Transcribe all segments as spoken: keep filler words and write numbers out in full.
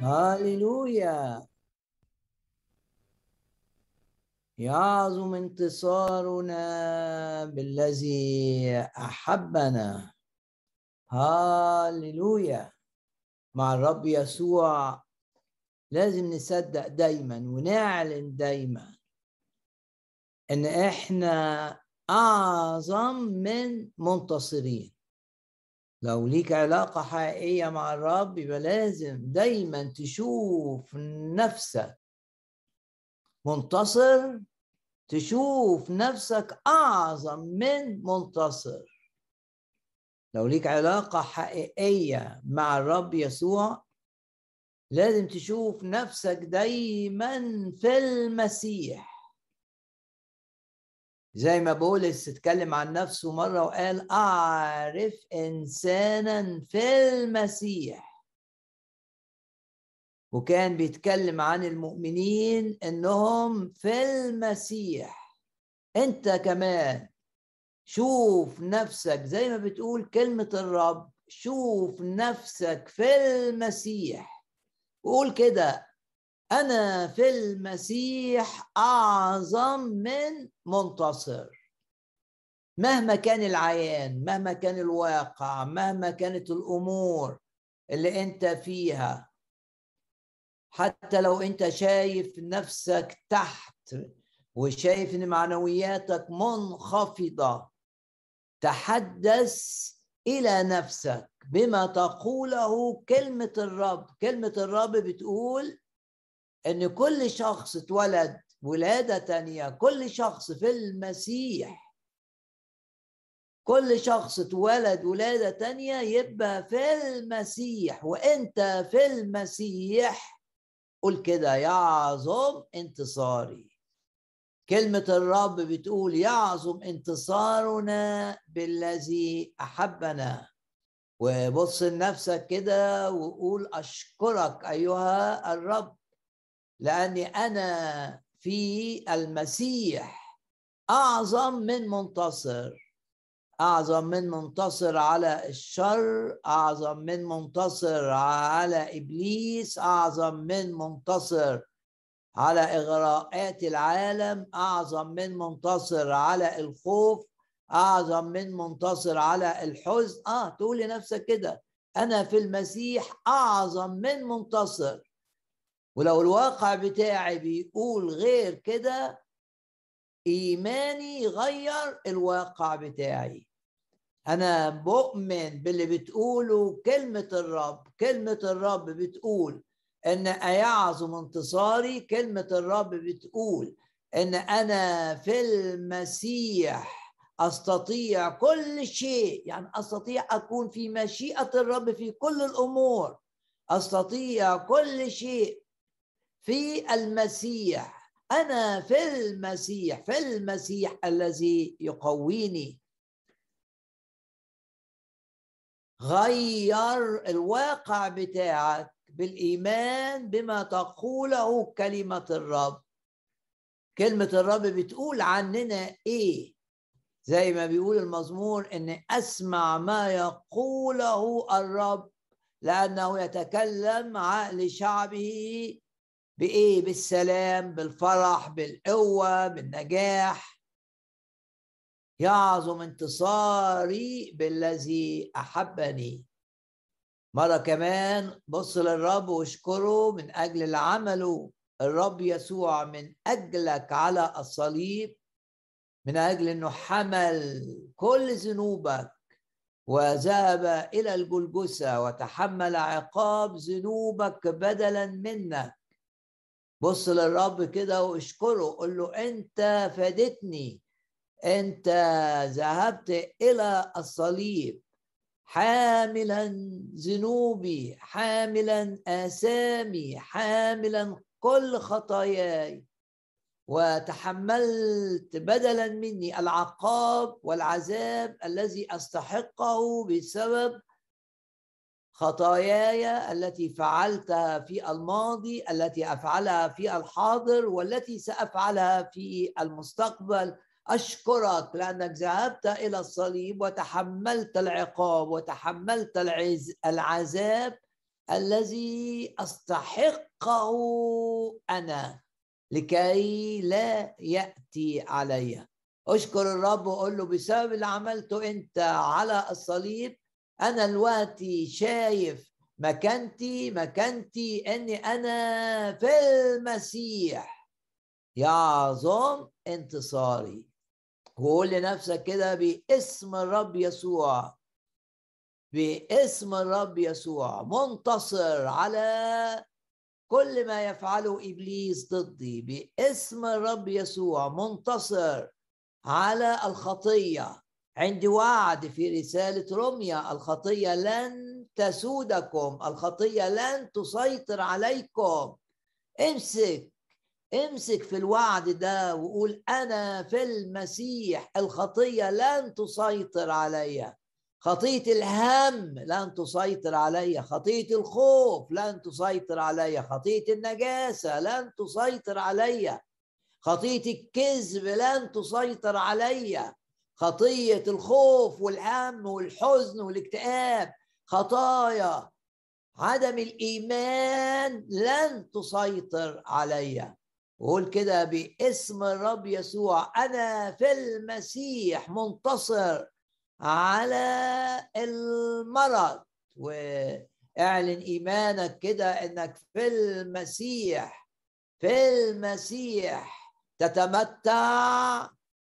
هاليلويا. يعظم انتصارنا بالذي أحبنا. هاليلويا. مع الرب يسوع لازم نصدق دايما ونعلن دايما ان احنا اعظم من منتصرين. لو ليك علاقة حقيقية مع الرب يبقى لازم دايما تشوف نفسك منتصر، تشوف نفسك أعظم من منتصر. لو ليك علاقة حقيقية مع الرب يسوع لازم تشوف نفسك دايما في المسيح. زي ما بولس اتكلم عن نفسه مرة وقال أعرف إنسانا في المسيح، وكان بيتكلم عن المؤمنين إنهم في المسيح. أنت كمان شوف نفسك زي ما بتقول كلمة الرب، شوف نفسك في المسيح وقول كده: أنا في المسيح أعظم من منتصر. مهما كان العيان، مهما كان الواقع، مهما كانت الأمور اللي أنت فيها، حتى لو أنت شايف نفسك تحت وشايف إن معنوياتك منخفضة، تحدث إلى نفسك بما تقوله كلمة الرب. كلمة الرب بتقول إن كل شخص اتولد ولادة تانية، كل شخص في المسيح، كل شخص اتولد ولادة تانية يبقى في المسيح. وإنت في المسيح قول كده: يعظم انتصاري. كلمة الرب بتقول يعظم انتصارنا بالذي أحبنا. وبص لنفسك كده وقول: أشكرك أيها الرب لأني أنا في المسيح أعظم من منتصر. أعظم من منتصر على الشر، أعظم من منتصر على إبليس، أعظم من منتصر على إغراءات العالم، أعظم من منتصر على الخوف، أعظم من منتصر على الحزن. آه تقول لنفسك كده: أنا في المسيح أعظم من منتصر. ولو الواقع بتاعي بيقول غير كده، إيماني غير الواقع بتاعي. أنا بؤمن باللي بتقوله كلمة الرب. كلمة الرب بتقول إن أيعظم انتصاري. كلمة الرب بتقول إن أنا في المسيح أستطيع كل شيء، يعني أستطيع أكون في مشيئة الرب في كل الأمور. أستطيع كل شيء في المسيح. أنا في المسيح، في المسيح الذي يقويني. غير الواقع بتاعك بالإيمان بما تقوله كلمة الرب. كلمة الرب بتقول عننا إيه؟ زي ما بيقول المزمور: إن أسمع ما يقوله الرب لأنه يتكلم لشعبه بإيه؟ بالسلام، بالفرح، بالقوة، بالنجاح. يعظم انتصاري بالذي أحبني. مرة كمان بص للرب واشكره من أجل اللي عمله الرب يسوع من أجلك على الصليب، من أجل أنه حمل كل ذنوبك وذهب إلى الجلجثة وتحمل عقاب ذنوبك بدلا منك. بص للرب كده واشكره، قل له: أنت فادتني، أنت ذهبت إلى الصليب حاملا ذنوبي، حاملا آثامي، حاملا كل خطاياي، وتحملت بدلا مني العقاب والعذاب الذي أستحقه بسبب خطاياي التي فعلتها في الماضي، التي أفعلها في الحاضر، والتي سأفعلها في المستقبل. أشكرك لأنك ذهبت إلى الصليب وتحملت العقاب وتحملت العذاب الذي أستحقه أنا لكي لا يأتي علي. أشكر الرب وأقول له بسبب اللي عملته أنت على الصليب أنا دلوقتي شايف مكانتي مكانتي أني أنا في المسيح يعظم انتصاري. وقول لنفسك كده باسم الرب يسوع، باسم الرب يسوع منتصر على كل ما يفعله إبليس ضدي. باسم الرب يسوع منتصر على الخطية. عندي وعد في رسالة روميا: الخطية لن تسودكم، الخطية لن تسيطر عليكم. امسك امسك في الوعد ده وقول أنا في المسيح، الخطية لن تسيطر علي، خطية الهم لن تسيطر علي، خطية الخوف لن تسيطر علي، خطية النجاسة لن تسيطر علي، خطية الكذب لن تسيطر علي، خطية الخوف والهم والحزن والاكتئاب، خطايا عدم الإيمان لن تسيطر علي. وقول كده باسم الرب يسوع أنا في المسيح منتصر على المرض. واعلن إيمانك كده إنك في المسيح، في المسيح تتمتع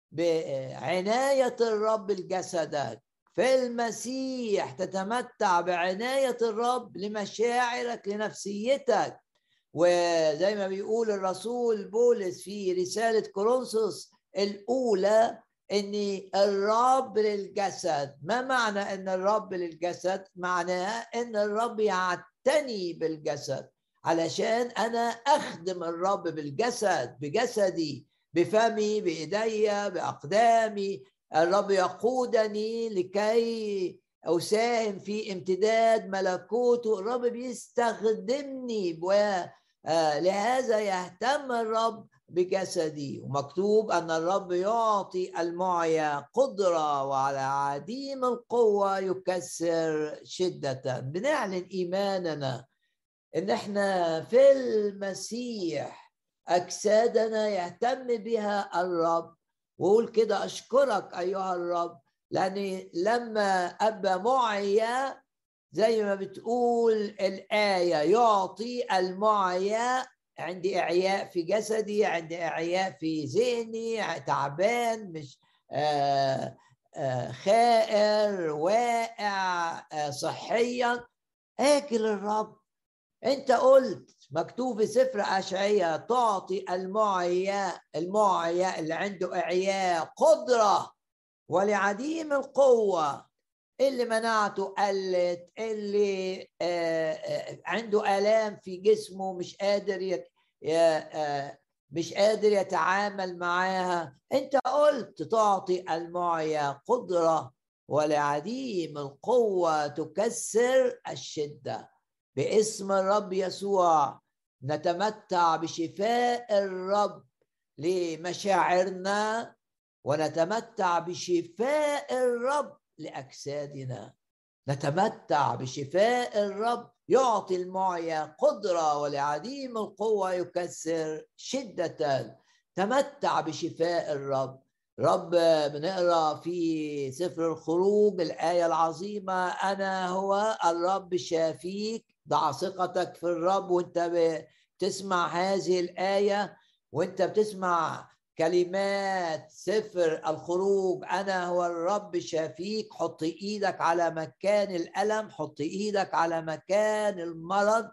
بعناية الرب لجسدك، في المسيح تتمتع بعناية الرب لمشاعرك لنفسيتك. وزي ما بيقول الرسول بولس في رسالة كورنثوس الأولى إن الرب للجسد. ما معنى إن الرب للجسد؟ معناه إن الرب يعتني بالجسد علشان أنا أخدم الرب بالجسد، بجسدي، بفمي، بإيدي، بأقدامي. الرب يقودني لكي أساهم في امتداد ملكوته. الرب بيستخدمني ولهذا يهتم الرب بجسدي. ومكتوب أن الرب يعطي المعيا قدرة وعلى عديم القوة يكسر شدة. بنعلن إيماننا إن إحنا في المسيح أجسادنا يهتم بها الرب. وقول كده أشكرك أيها الرب لأن لما أبقى معيا زي ما بتقول الآية يعطي المعيا، عندي إعياء في جسدي، عندي إعياء في ذهني، تعبان، مش آآ آآ خائر، واقع آآ صحيا، آكل الرب. انت قلت مكتوب في سفر أشعياء تعطي المعيا، المعيا اللي عنده إعياء قدرة ولعديم القوة اللي مناعته قلت، اللي آآ آآ عنده آلام في جسمه مش قادر يت... مش قادر يتعامل معاها. انت قلت تعطي المعيا قدرة ولعديم القوة تكسر الشدة. باسم الرب يسوع نتمتع بشفاء الرب لمشاعرنا ونتمتع بشفاء الرب لأجسادنا. نتمتع بشفاء الرب يعطي المعيا قدرة ولعديم القوة يكسر شدة. تمتع بشفاء الرب. رب بنقرأ في سفر الخروج الآية العظيمة أنا هو الرب شافيك. ضع ثقتك في الرب وانت بتسمع هذه الآية، وانت بتسمع كلمات سفر الخروج أنا هو الرب شافيك. حط إيدك على مكان الألم، حط إيدك على مكان المرض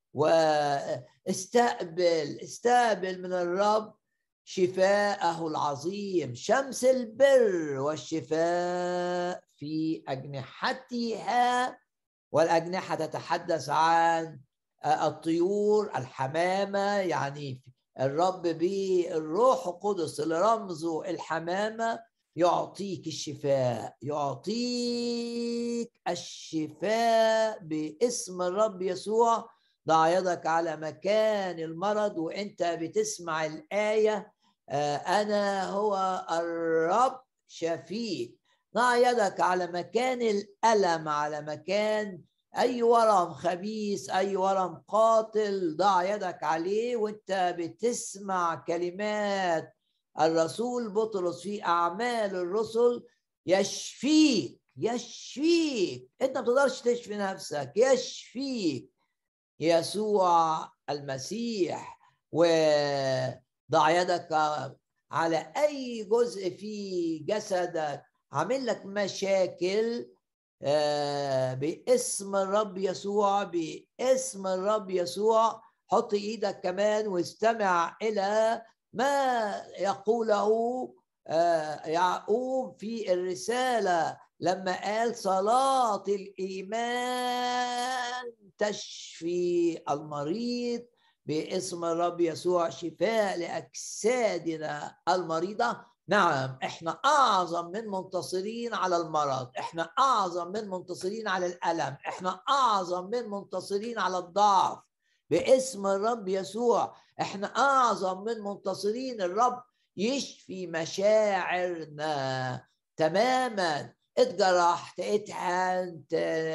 واستقبل استقبل من الرب شفاءه العظيم. شمس البر والشفاء في أجنحتها، والأجنحة تتحدث عن الطيور، الحمامة، يعني الرب بالروح القدس اللي رمزه الحمامة يعطيك الشفاء، يعطيك الشفاء باسم الرب يسوع. ضع يدك على مكان المرض وانت بتسمع الآية أنا هو الرب شفيك. ضع يدك على مكان الألم، على مكان أي ورم خبيث، أي ورم قاتل، ضع يدك عليه. وأنت بتسمع كلمات الرسول بطرس في أعمال الرسل، يشفيك يشفيك. أنت ما تقدرش تشفي نفسك، يشفيك يسوع المسيح. وضع يدك على أي جزء في جسدك عامل لك مشاكل، آه باسم الرب يسوع، باسم الرب يسوع. حط ايدك كمان واستمع الى ما يقوله آه يعقوب في الرسالة لما قال صلاة الإيمان تشفي المريض باسم الرب يسوع، شفاء لأجسادنا المريضة. نعم، احنا اعظم من منتصرين على المرض، احنا اعظم من منتصرين على الالم، احنا اعظم من منتصرين على الضعف باسم الرب يسوع. احنا اعظم من منتصرين. الرب يشفي مشاعرنا تماما. اتجرحت، اتهنت،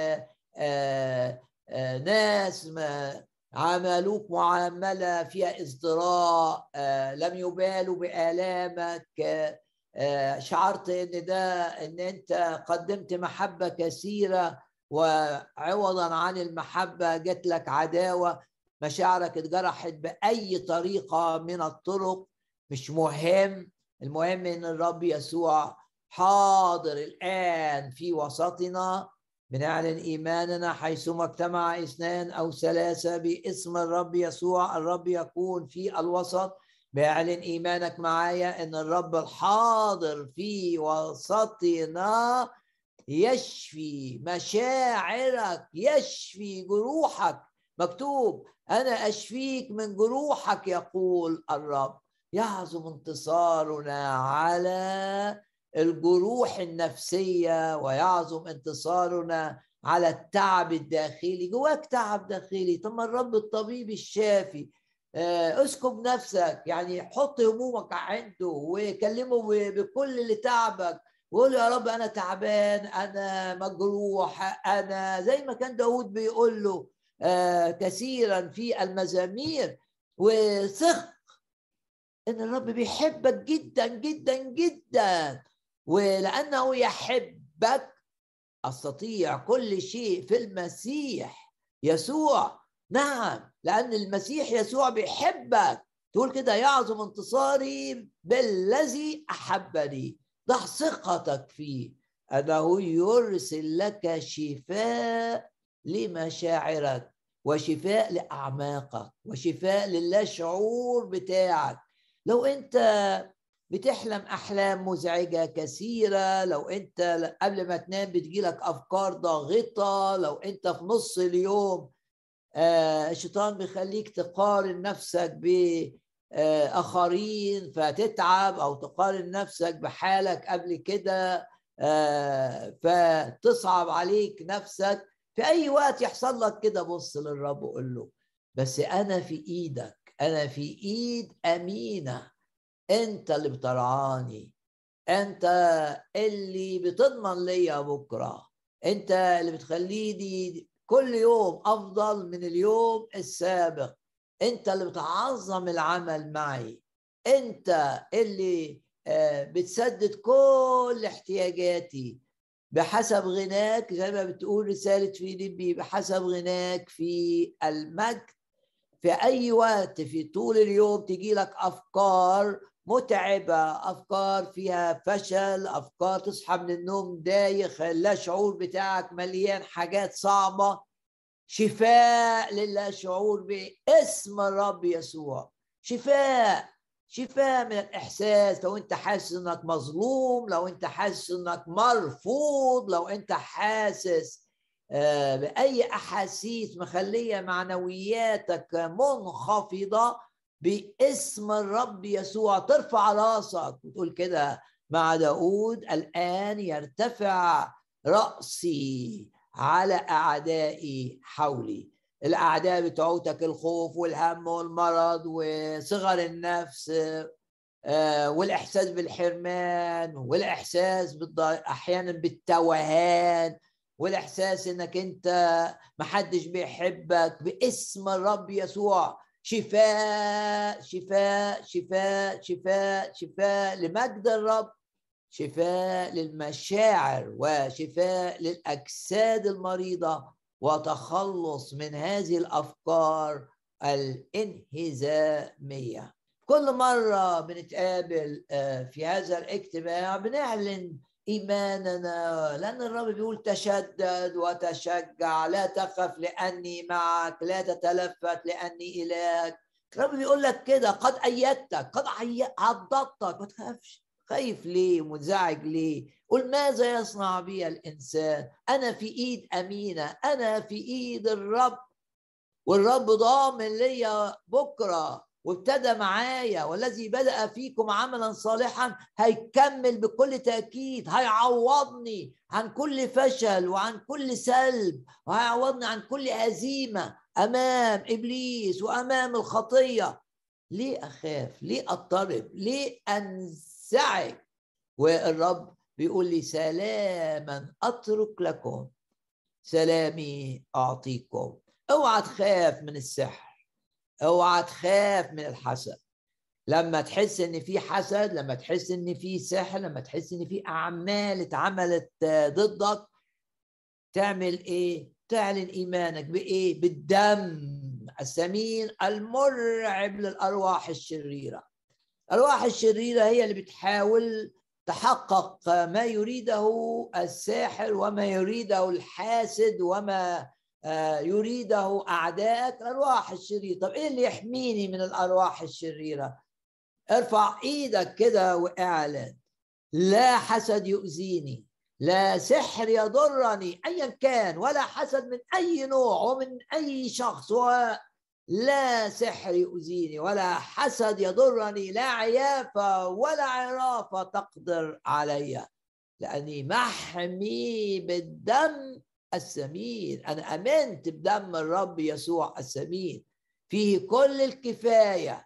ناس ما عملوك معاملة فيها ازدراء، آه، لم يبالوا بآلامك، آه، آه، شعرت ان ده ان انت قدمت محبة كثيرة وعوضا عن المحبة جات لك عداوة، مشاعرك اتجرحت بأي طريقة من الطرق، مش مهم. المهم ان الرب يسوع حاضر الآن في وسطنا. بنعلن إيماننا حيثما اجتمع اثنان أو ثلاثة باسم الرب يسوع، الرب يكون في الوسط. بيعلن إيمانك معايا إن الرب الحاضر في وسطنا يشفي مشاعرك، يشفي جروحك. مكتوب أنا أشفيك من جروحك يقول الرب. يعظم انتصارنا على الجروح النفسية، ويعظم انتصارنا على التعب الداخلي. جواك تعب داخلي، طب ما الرب الطبيب الشافي. اسكب نفسك، يعني حط همومك عنده وكلمه بكل اللي تعبك، وقول يا رب أنا تعبان، أنا مجروح، أنا زي ما كان داود بيقول له كثيرا في المزامير. وثق إن الرب بيحبك جدا جدا جدا، ولأنه يحبك أستطيع كل شيء في المسيح يسوع. نعم، لأن المسيح يسوع بيحبك. تقول كده يعظم انتصاري بالذي أحبني. ضع ثقتك فيه أنه يرسل لك شفاء لمشاعرك، وشفاء لأعماقك، وشفاء للا شعور بتاعك. لو أنت بتحلم أحلام مزعجة كثيرة، لو أنت قبل ما تنام بتجيلك أفكار ضاغطة، لو أنت في نص اليوم آه الشيطان بيخليك تقارن نفسك بآخرين فتتعب، أو تقارن نفسك بحالك قبل كده آه فتصعب عليك نفسك، في أي وقت يحصل لك كده بص للرب وقول له بس أنا في إيدك، أنا في إيد أمينة، انت اللي بترعاني، انت اللي بتضمن ليا بكره، انت اللي بتخليني كل يوم افضل من اليوم السابق، انت اللي بتعظم العمل معي، انت اللي بتسدد كل احتياجاتي بحسب غناك، زي ما بتقول رسالة فيليبي بحسب غناك في المجد. في أي وقت في طول اليوم تجي لك أفكار متعبة، أفكار فيها فشل، أفكار تصحى من النوم دايخ، لا شعور بتاعك مليان حاجات صعبة، شفاء للا شعور باسم الرب يسوع. شفاء شفاء من الإحساس، لو أنت حاسس أنك مظلوم، لو أنت حاسس أنك مرفوض، لو أنت حاسس بأي أحاسيس مخلية معنوياتك منخفضة، باسم الرب يسوع ترفع راسك وتقول كده مع داود الآن يرتفع رأسي على أعدائي حولي. الأعداء بتوعتك الخوف والهم والمرض وصغر النفس والإحساس بالحرمان والإحساس أحيانا بالتوهان والاحساس انك انت محدش بيحبك، باسم الرب يسوع شفاء شفاء شفاء شفاء شفاء لمجد الرب، شفاء للمشاعر وشفاء للأجساد المريضة، وتخلص من هذه الأفكار الانهزامية. كل مرة بنتقابل في هذا الاجتماع بنعلن إيماننا، لأن الرب بيقول تشدد وتشجع، لا تخف لأني معك، لا تتلفت لأني إلهك. الرب بيقول لك كده، قد أيدتك، قد عضدتك، ما تخافش. خايف ليه؟ منزعج ليه؟ قل ماذا يصنع بي الإنسان؟ أنا في إيد أمينة، أنا في إيد الرب، والرب ضامن ليا بكرة وابتدى معايا، والذي بدأ فيكم عملا صالحا هيكمل بكل تأكيد، هيعوضني عن كل فشل وعن كل سلب، وهيعوضني عن كل هزيمة أمام إبليس وأمام الخطية. ليه أخاف؟ ليه أضطرب؟ ليه أنزعج؟ والرب بيقول لي سلاما أترك لكم، سلامي أعطيكم. اوعى تخاف من السحر، اوعى تخاف من الحسد. لما تحس ان في حسد، لما تحس ان في سحر، لما تحس ان في اعمال اتعملت ضدك، تعمل ايه؟ تعلن ايمانك بايه؟ بالدم الثمين المرعب للارواح الشريره. الارواح الشريره هي اللي بتحاول تحقق ما يريده الساحر وما يريده الحاسد وما يريده أعدائك، الأرواح الشريرة. طب إيه اللي يحميني من الأرواح الشريرة؟ ارفع إيدك كده واعلن لا حسد يؤذيني، لا سحر يضرني أيا كان، ولا حسد من أي نوع ومن أي شخص، ولا سحر يؤذيني ولا حسد يضرني، لا عيافة ولا عرافة تقدر علي، لأني محمي بالدم الثمين. أنا آمنت بدم الرب يسوع الثمين، فيه كل الكفاية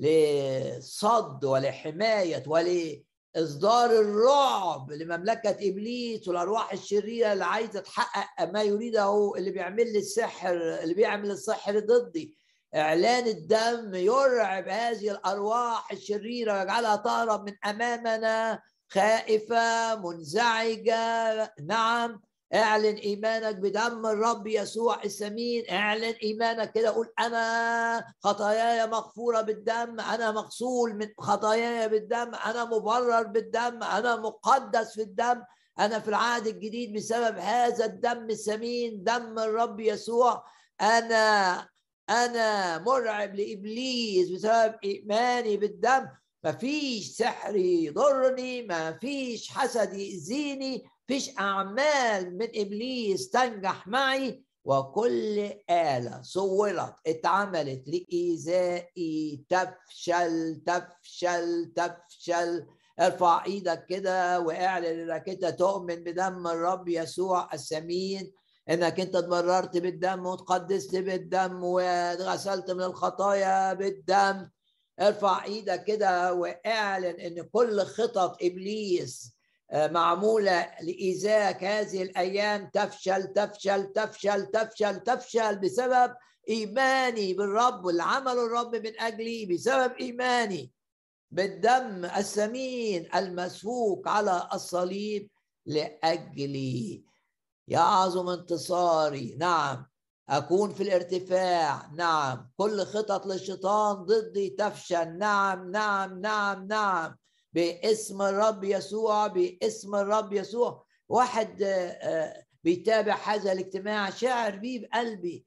لصد ولحماية ولإصدار الرعب لمملكة إبليس والأرواح الشريرة اللي عايزة تحقق ما يريده، اللي بيعمل لي السحر، اللي بيعمل السحر ضدي. إعلان الدم يرعب هذه الأرواح الشريرة ويجعلها تهرب من أمامنا خائفة منزعجة. نعم، اعلن ايمانك بدم الرب يسوع الثمين، اعلن ايمانك كده، قول انا خطاياي مغفورة بالدم، انا مغسول من خطاياي بالدم، انا مبرر بالدم، انا مقدس في الدم، انا في العهد الجديد بسبب هذا الدم الثمين، دم الرب يسوع. انا انا مرعب لابليس بسبب ايماني بالدم. ما فيش سحر يضرني، ما فيش حسد يأذيني، فيش أعمال من إبليس تنجح معي، وكل آلة صورت اتعملت لإيذائي تفشل تفشل تفشل. ارفع ايدك كده واعلن انك انت تؤمن بدم الرب يسوع الثمين، انك انت اتبررت بالدم وتقدست بالدم وغسلت من الخطايا بالدم. ارفع ايدك كده واعلن ان كل خطط ابليس معموله لايذائك هذه الايام تفشل تفشل تفشل تفشل تفشل بسبب ايماني بالرب واللي عمله الرب من اجلي، بسبب ايماني بالدم الثمين المسفوك على الصليب لاجلي. يعظم انتصاري، نعم، أكون في الارتفاع، نعم، كل خطط للشيطان ضدي تفشل، نعم نعم نعم نعم، باسم الرب يسوع، باسم الرب يسوع. واحد بيتابع هذا الاجتماع شاعر بيه بقلبي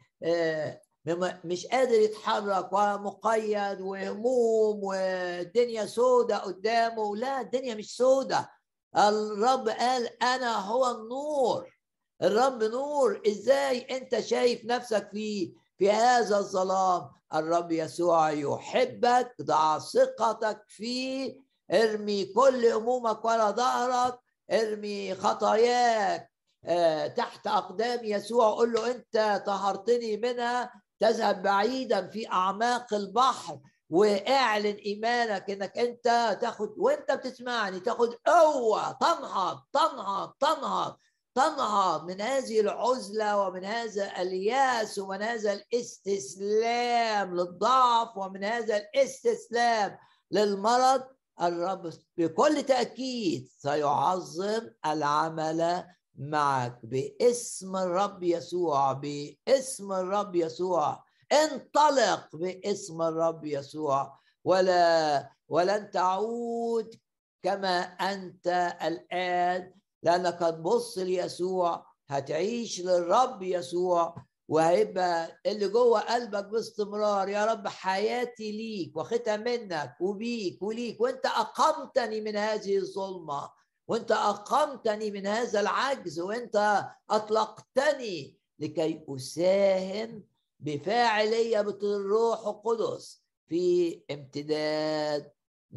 مش قادر يتحرك ومقيد وهموم والدنيا سودة قدامه. لا، الدنيا مش سودة. الرب قال أنا هو النور. الرب نور. ازاي انت شايف نفسك في في هذا الظلام؟ الرب يسوع يحبك. ضع ثقتك فيه، ارمي كل همومك ورا ظهرك، ارمي خطاياك تحت اقدام يسوع، قول له انت طهرتني منها، تذهب بعيدا في اعماق البحر. واعلن ايمانك انك انت تاخد، وانت بتسمعني، تاخد قوه، تنهض تنهض تنهض تنهض من هذه العزلة ومن هذا الياس ومن هذا الاستسلام للضعف ومن هذا الاستسلام للمرض، الرب بكل تأكيد سيعظم العمل معك باسم الرب يسوع. باسم الرب يسوع انطلق باسم الرب يسوع، ولا ولن تعود كما أنت الآن، لأنك هتبص ليسوع، هتعيش للرب يسوع، وهيبقى اللي جوه قلبك باستمرار يا رب حياتي ليك واخدها منك وبيك وليك، وانت أقمتني من هذه الظلمة، وانت أقمتني من هذا العجز، وانت أطلقتني لكي أساهم بفاعلية بالروح القدس في امتداد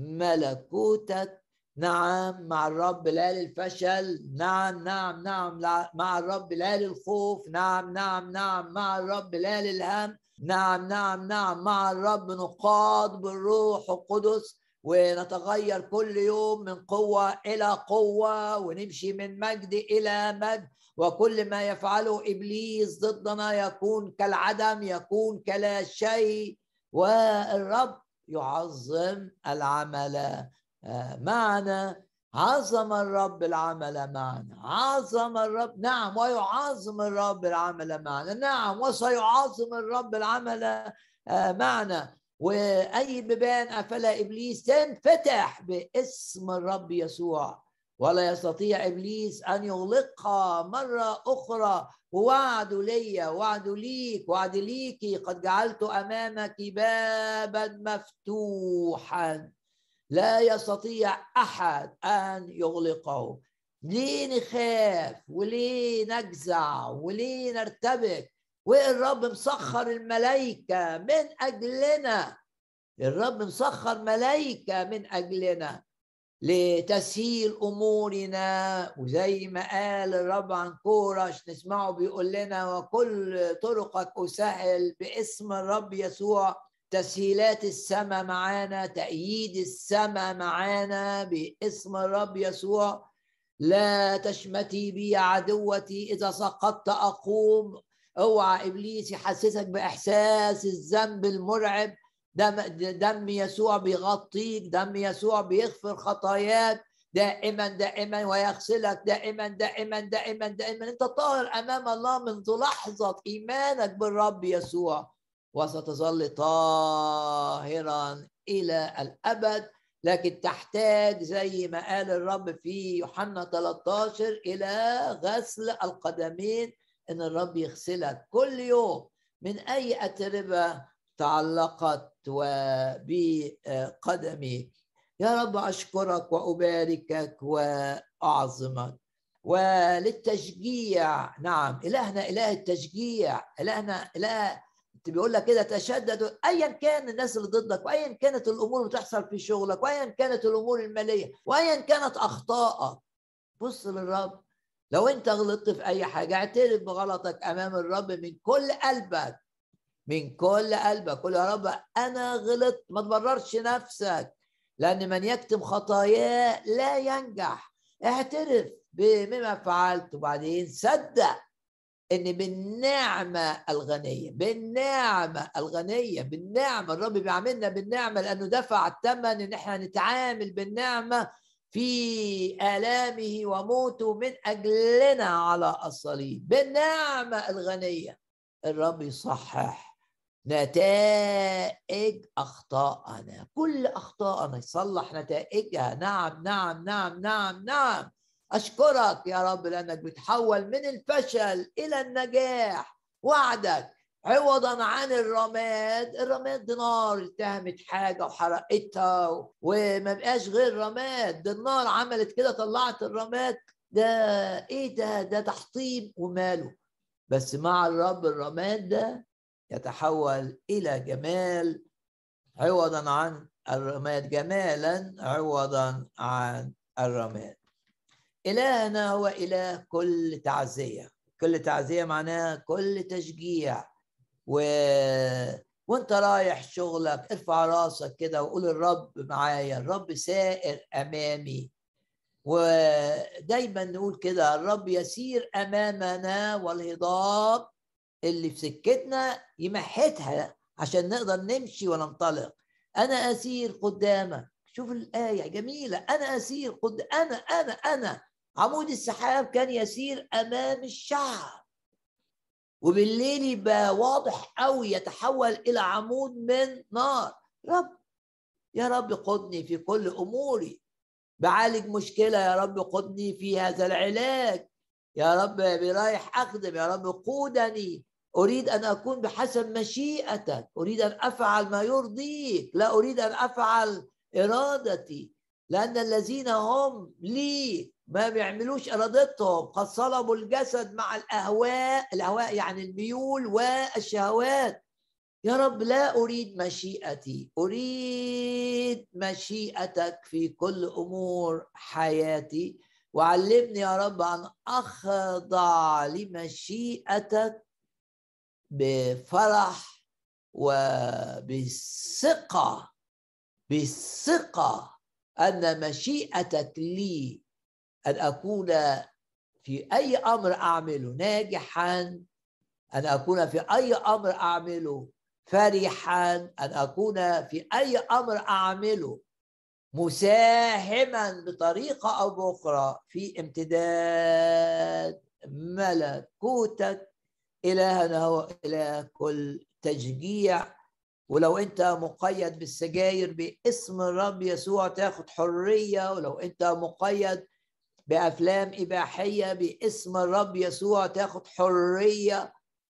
ملكوتك. نعم مع الرب لا للفشل، نعم نعم نعم مع الرب لا للخوف، نعم نعم نعم مع الرب لا للهم، نعم نعم نعم مع الرب نقاد بالروح القدس، ونتغير كل يوم من قوة إلى قوة، ونمشي من مجد إلى مجد، وكل ما يفعله إبليس ضدنا يكون كالعدم، يكون كلا شيء، والرب يعظم العمل معنا. عظم الرب العمل معنا، عظم الرب، نعم، ويعظم الرب العمل معنا، نعم، وسيعظم الرب العمل معنا. وأي بيبان قفلها إبليس تنفتح باسم الرب يسوع، ولا يستطيع إبليس أن يغلقها مرة أخرى. ووعده ليا، وعده ليك، وعد ليكي، قد جعلت أمامك بابا مفتوحا لا يستطيع أحد أن يغلقه. ليه نخاف وليه نجزع وليه نرتبك؟ والرب مسخر الملائكة من أجلنا، الرب مسخر ملائكة من أجلنا لتسهيل أمورنا. وزي ما قال الرب عن كورش نسمعه بيقول لنا وكل طرقك أسهل باسم الرب يسوع. تسهيلات السماء معانا، تأييد السماء معانا باسم الرب يسوع. لا تشمتي بي عدوتي، إذا سقطت أقوم. اوعى إبليس يحسسك بإحساس الذنب المرعب. دم, دم يسوع بيغطيك، دم يسوع بيغفر خطاياك دائما دائما ويغسلك دائما دائما دائما دائما. انت طاهر امام الله منذ لحظة ايمانك بالرب يسوع، وستظل طاهرا الى الابد. لكن تحتاج زي ما قال الرب في يوحنا ثلاثة عشر الى غسل القدمين، ان الرب يغسلك كل يوم من اي اتربة تعلقت وبقدمي. يا رب أشكرك وأباركك وأعظمك. وللتشجيع، نعم إلهنا إله التشجيع، إلهنا إله بيقول لك كده تشددوا أيا كان الناس اللي ضدك، وأيا كانت الأمور اللي بتحصل في شغلك، وأيا كانت الأمور المالية، وأيا كانت أخطائك. بص للرب. لو أنت غلطت في أي حاجة اعترف بغلطك أمام الرب من كل قلبك، من كل قلبك. قول يا رب أنا غلطت. ما تبررش نفسك، لأن من يكتم خطاياه لا ينجح. اعترف بما فعلت، وبعدين صدق إن بالنعمة الغنية، بالنعمة الغنية، بالنعمة الرب بيعاملنا بالنعمة، لأنه دفع الثمن إن احنا نتعامل بالنعمة في آلامه وموته من أجلنا على الصليب. بالنعمة الغنية الرب يصحح نتائج أخطائنا، كل أخطائنا يصلح نتائجها. نعم نعم نعم نعم نعم. أشكرك يا رب لأنك بتحول من الفشل إلى النجاح. وعدك عوضا عن الرماد، الرماد دي نار التهمت حاجة وحرقتها وما بقاش غير رماد، ده النار عملت كده طلعت الرماد. ده إيه ده؟ ده تحطيم وماله. بس مع الرب الرماد ده يتحول إلى جمال عوضا عن الرماد، جمالا عوضا عن الرماد. إلهنا هو إله كل تعزية، كل تعزية معناها كل تشجيع. و... وانت رايح شغلك ارفع راسك كده وقول الرب معايا، الرب سائر أمامي ودايما نقول كده الرب يسير امامنا والهضاب اللي في سكتنا يمحتها عشان نقدر نمشي وننطلق. انا اسير قدامك. شوف الايه جميله، انا اسير قد انا انا انا عمود السحاب كان يسير امام الشعب، وبالليل يبقى واضح قوي يتحول الى عمود من نار. رب يا رب قدني في كل اموري، بعالج مشكله يا رب قدني في هذا العلاج، يا رب برايح اخدم، يا رب قودني، اريد ان اكون بحسب مشيئتك، اريد ان افعل ما يرضيك، لا اريد ان افعل ارادتي، لان الذين هم لي ما بيعملوش ارادتهم، قد صلبوا الجسد مع الاهواء، الاهواء يعني الميول والشهوات. يا رب لا أريد مشيئتي، أريد مشيئتك في كل أمور حياتي، وعلمني يا رب أن أخضع لمشيئتك بفرح وبثقة، بثقة أن مشيئتك لي أن أكون في أي أمر أعمله ناجحا، أن أكون في أي أمر أعمله فرحا، أن أكون في أي أمر أعمله مساهما بطريقة أو بأخرى في امتداد ملكوتك. إلهنا هو إله كل تشجيع. ولو أنت مقيد بالسجاير باسم الرب يسوع تاخد حرية، ولو أنت مقيد بأفلام إباحية باسم الرب يسوع تاخد حرية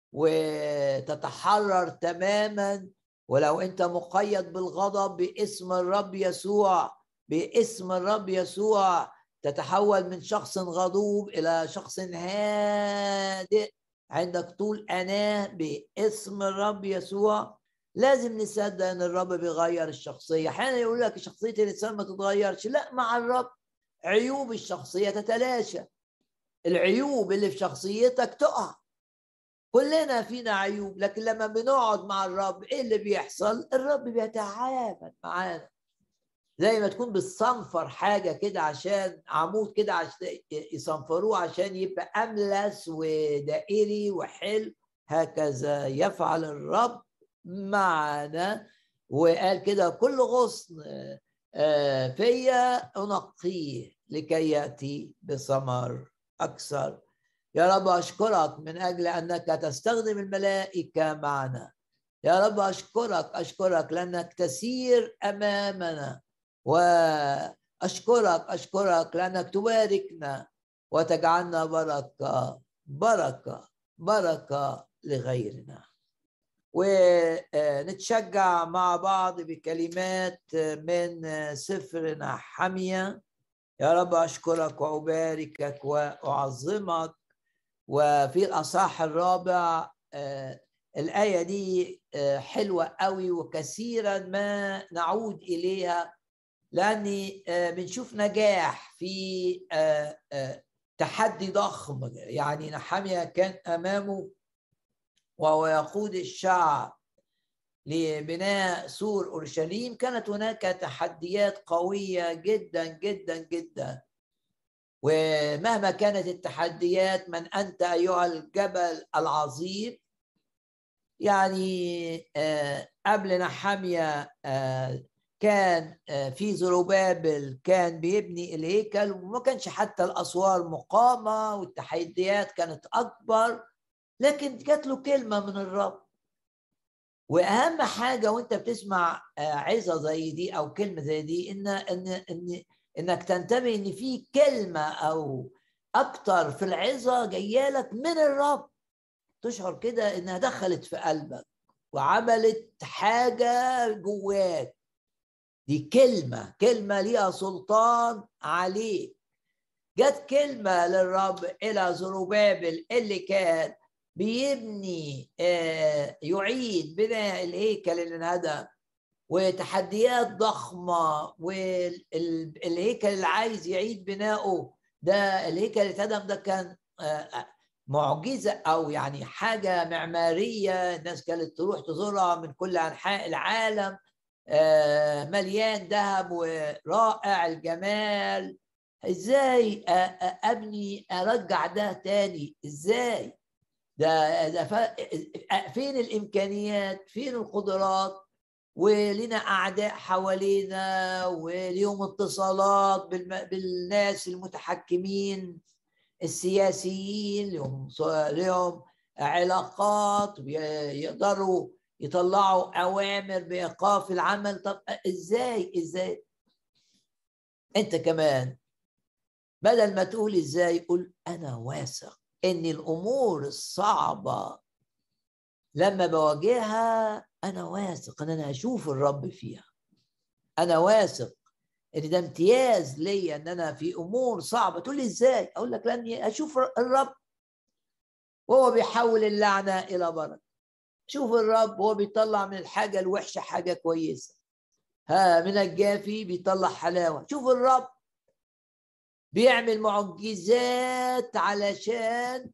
وتتحرر تماما. ولو انت مقيد بالغضب باسم الرب يسوع، باسم الرب يسوع تتحول من شخص غضوب الى شخص هادئ، عندك طول اناه باسم الرب يسوع. لازم نصدق ان الرب بيغير الشخصيه. احيانا يقول لك شخصيه الانسان ما تتغيرش، لا، مع الرب عيوب الشخصيه تتلاشى، العيوب اللي في شخصيتك تقع. كلنا فينا عيوب، لكن لما بنقعد مع الرب ايه اللي بيحصل؟ الرب بيتعامل معانا زي ما تكون بتصنفر حاجة كده، عشان عمود كده عشان يصنفروه عشان يبقى أملس ودائري وحلو. هكذا يفعل الرب معنا. وقال كده كل غصن فيا أنقيه لكي يأتي بثمر أكثر. يا رب أشكرك من أجل أنك تستخدم الملائكة معنا. يا رب أشكرك أشكرك لأنك تسير أمامنا، وأشكرك أشكرك لأنك تباركنا وتجعلنا بركة بركة بركة لغيرنا. ونتشجع مع بعض بكلمات من سفر نحمية. يا رب أشكرك وأباركك وأعظمك. وفي الأصحاح الرابع آه الآية دي آه حلوة قوي، وكثيرا ما نعود إليها، لأني آه بنشوف نجاح في آه آه تحدي ضخم. يعني نحمية كان أمامه وهو يقود الشعب لبناء سور أورشليم، كانت هناك تحديات قوية جدا جدا جدا. ومهما كانت التحديات، من أنت أيها الجبل العظيم؟ يعني قبل نحمية كان في زروبابل كان بيبني الهيكل، وما كانش حتى الأسوار مقامة، والتحديات كانت أكبر، لكن جات له كلمة من الرب. وأهم حاجة وأنت بتسمع عظة زي دي أو كلمة زي دي، إن إن إن إنك تنتبه إن في كلمة أو أكتر في العظة جاية لك من الرب، تشعر كده إنها دخلت في قلبك وعملت حاجة جواك. دي كلمة كلمة ليها سلطان عليك. جت كلمة للرب إلى زروبابل اللي كان بيبني يعيد بناء الهيكل اللي انهدم، وتحديات ضخمة، والهيكل اللي عايز يعيد بناؤه ده، الهيكل اللي اتهدم ده كان معجزة أو يعني حاجة معمارية، الناس كانت تروح تزورها من كل أنحاء العالم، مليان ذهب ورائع الجمال، ازاي ابني ارجع ده تاني؟ ازاي؟ ده, ده فين الامكانيات؟ فين القدرات؟ ولنا اعداء حوالينا، وليهم اتصالات بالناس المتحكمين السياسيين، لهم لهم علاقات، يقدروا يطلعوا اوامر بايقاف العمل. طب ازاي؟ ازاي؟ انت كمان بدل ما تقول ازاي، قول انا واثق ان الامور الصعبه لما بواجهها انا واثق ان انا هشوف الرب فيها. انا واثق ان ده امتياز ليا ان انا في امور صعبه. تقول لي ازاي؟ اقول لك لاني اشوف الرب وهو بيحول اللعنه الى بركه. شوف الرب وهو بيطلع من الحاجه الوحشه حاجه كويسه، ها من الجافي بيطلع حلاوه. شوف الرب بيعمل معجزات علشان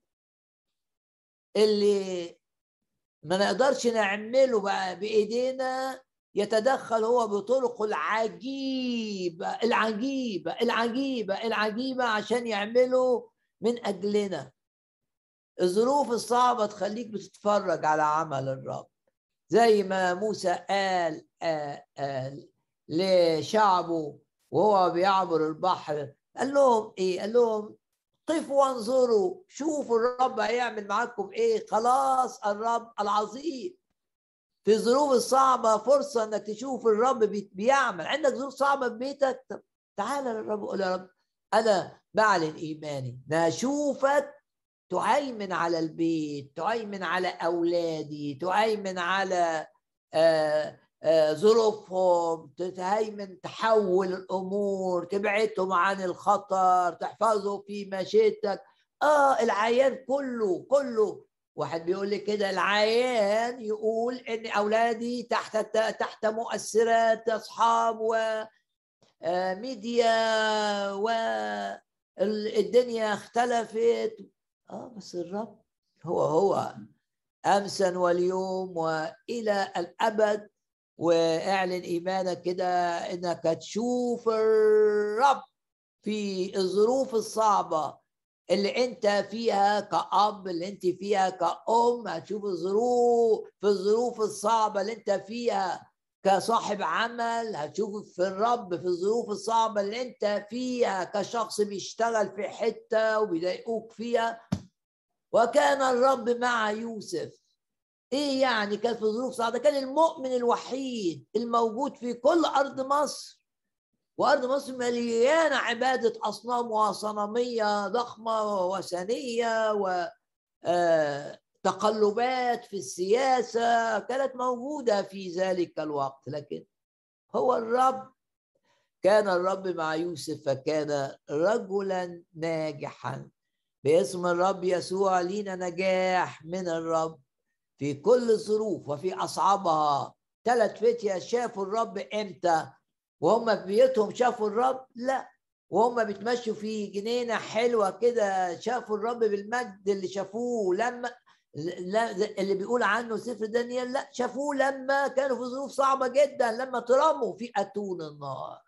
اللي ما نقدرش نعمله بقى بايدينا يتدخل هو بطرقه العجيبه العجيبه العجيبه العجيبه عشان يعمله من اجلنا. الظروف الصعبه تخليك بتتفرج على عمل الرب، زي ما موسى قال آآ آآ لشعبه وهو بيعبر البحر، قال لهم ايه؟ قال لهم قفوا وانظروا، شوفوا الرب هيعمل معاكم ايه. خلاص الرب العظيم. في الظروف الصعبه فرصه انك تشوف الرب بيعمل. عندك ظروف صعبه في بيتك، طب تعالى للرب قول يا رب انا بعلن ايماني ان اشوفك تهيمن على البيت، تهيمن على اولادي، تهيمن على آآ آآ ظروفهم، تهيمن تحول الامور، تبعدهم عن الخطر، تحفظه في مشيتك. اه العيان كله كله واحد بيقول لي كده، العيان يقول ان اولادي تحت تحت مؤثرات اصحاب وميديا والدنيا اختلفت. اه بس الرب هو هو امسا واليوم والى الابد. واعلن ايمانك كده انك تشوف الرب في الظروف الصعبه اللي انت فيها كأب، اللي انت فيها كأم. هتشوف الظروف في الظروف الصعبه اللي انت فيها كصاحب عمل. هتشوف في الرب في الظروف الصعبه اللي انت فيها كشخص بيشتغل في حته وبيضايقوك فيها. وكان الرب مع يوسف. ايه يعني كان في ظروف صعبه؟ كان المؤمن الوحيد الموجود في كل ارض مصر، وارض مصر مليانه عباده اصنام وصنميه ضخمه وثنيه وتقلبات في السياسه كانت موجوده في ذلك الوقت. لكن هو الرب كان الرب مع يوسف فكان رجلا ناجحا. باسم الرب يسوع لينا نجاح من الرب في كل الظروف وفي أصعبها. ثلاث فتية شافوا الرب إمتى؟ وهم في بيوتهم شافوا الرب؟ لا، وهم بيتمشوا في جنينة حلوة كده شافوا الرب بالمجد اللي شافوه لما اللي بيقول عنه سفر دانيال. لا، شافوه لما كانوا في ظروف صعبة جدا، لما ترموا في أتون النار.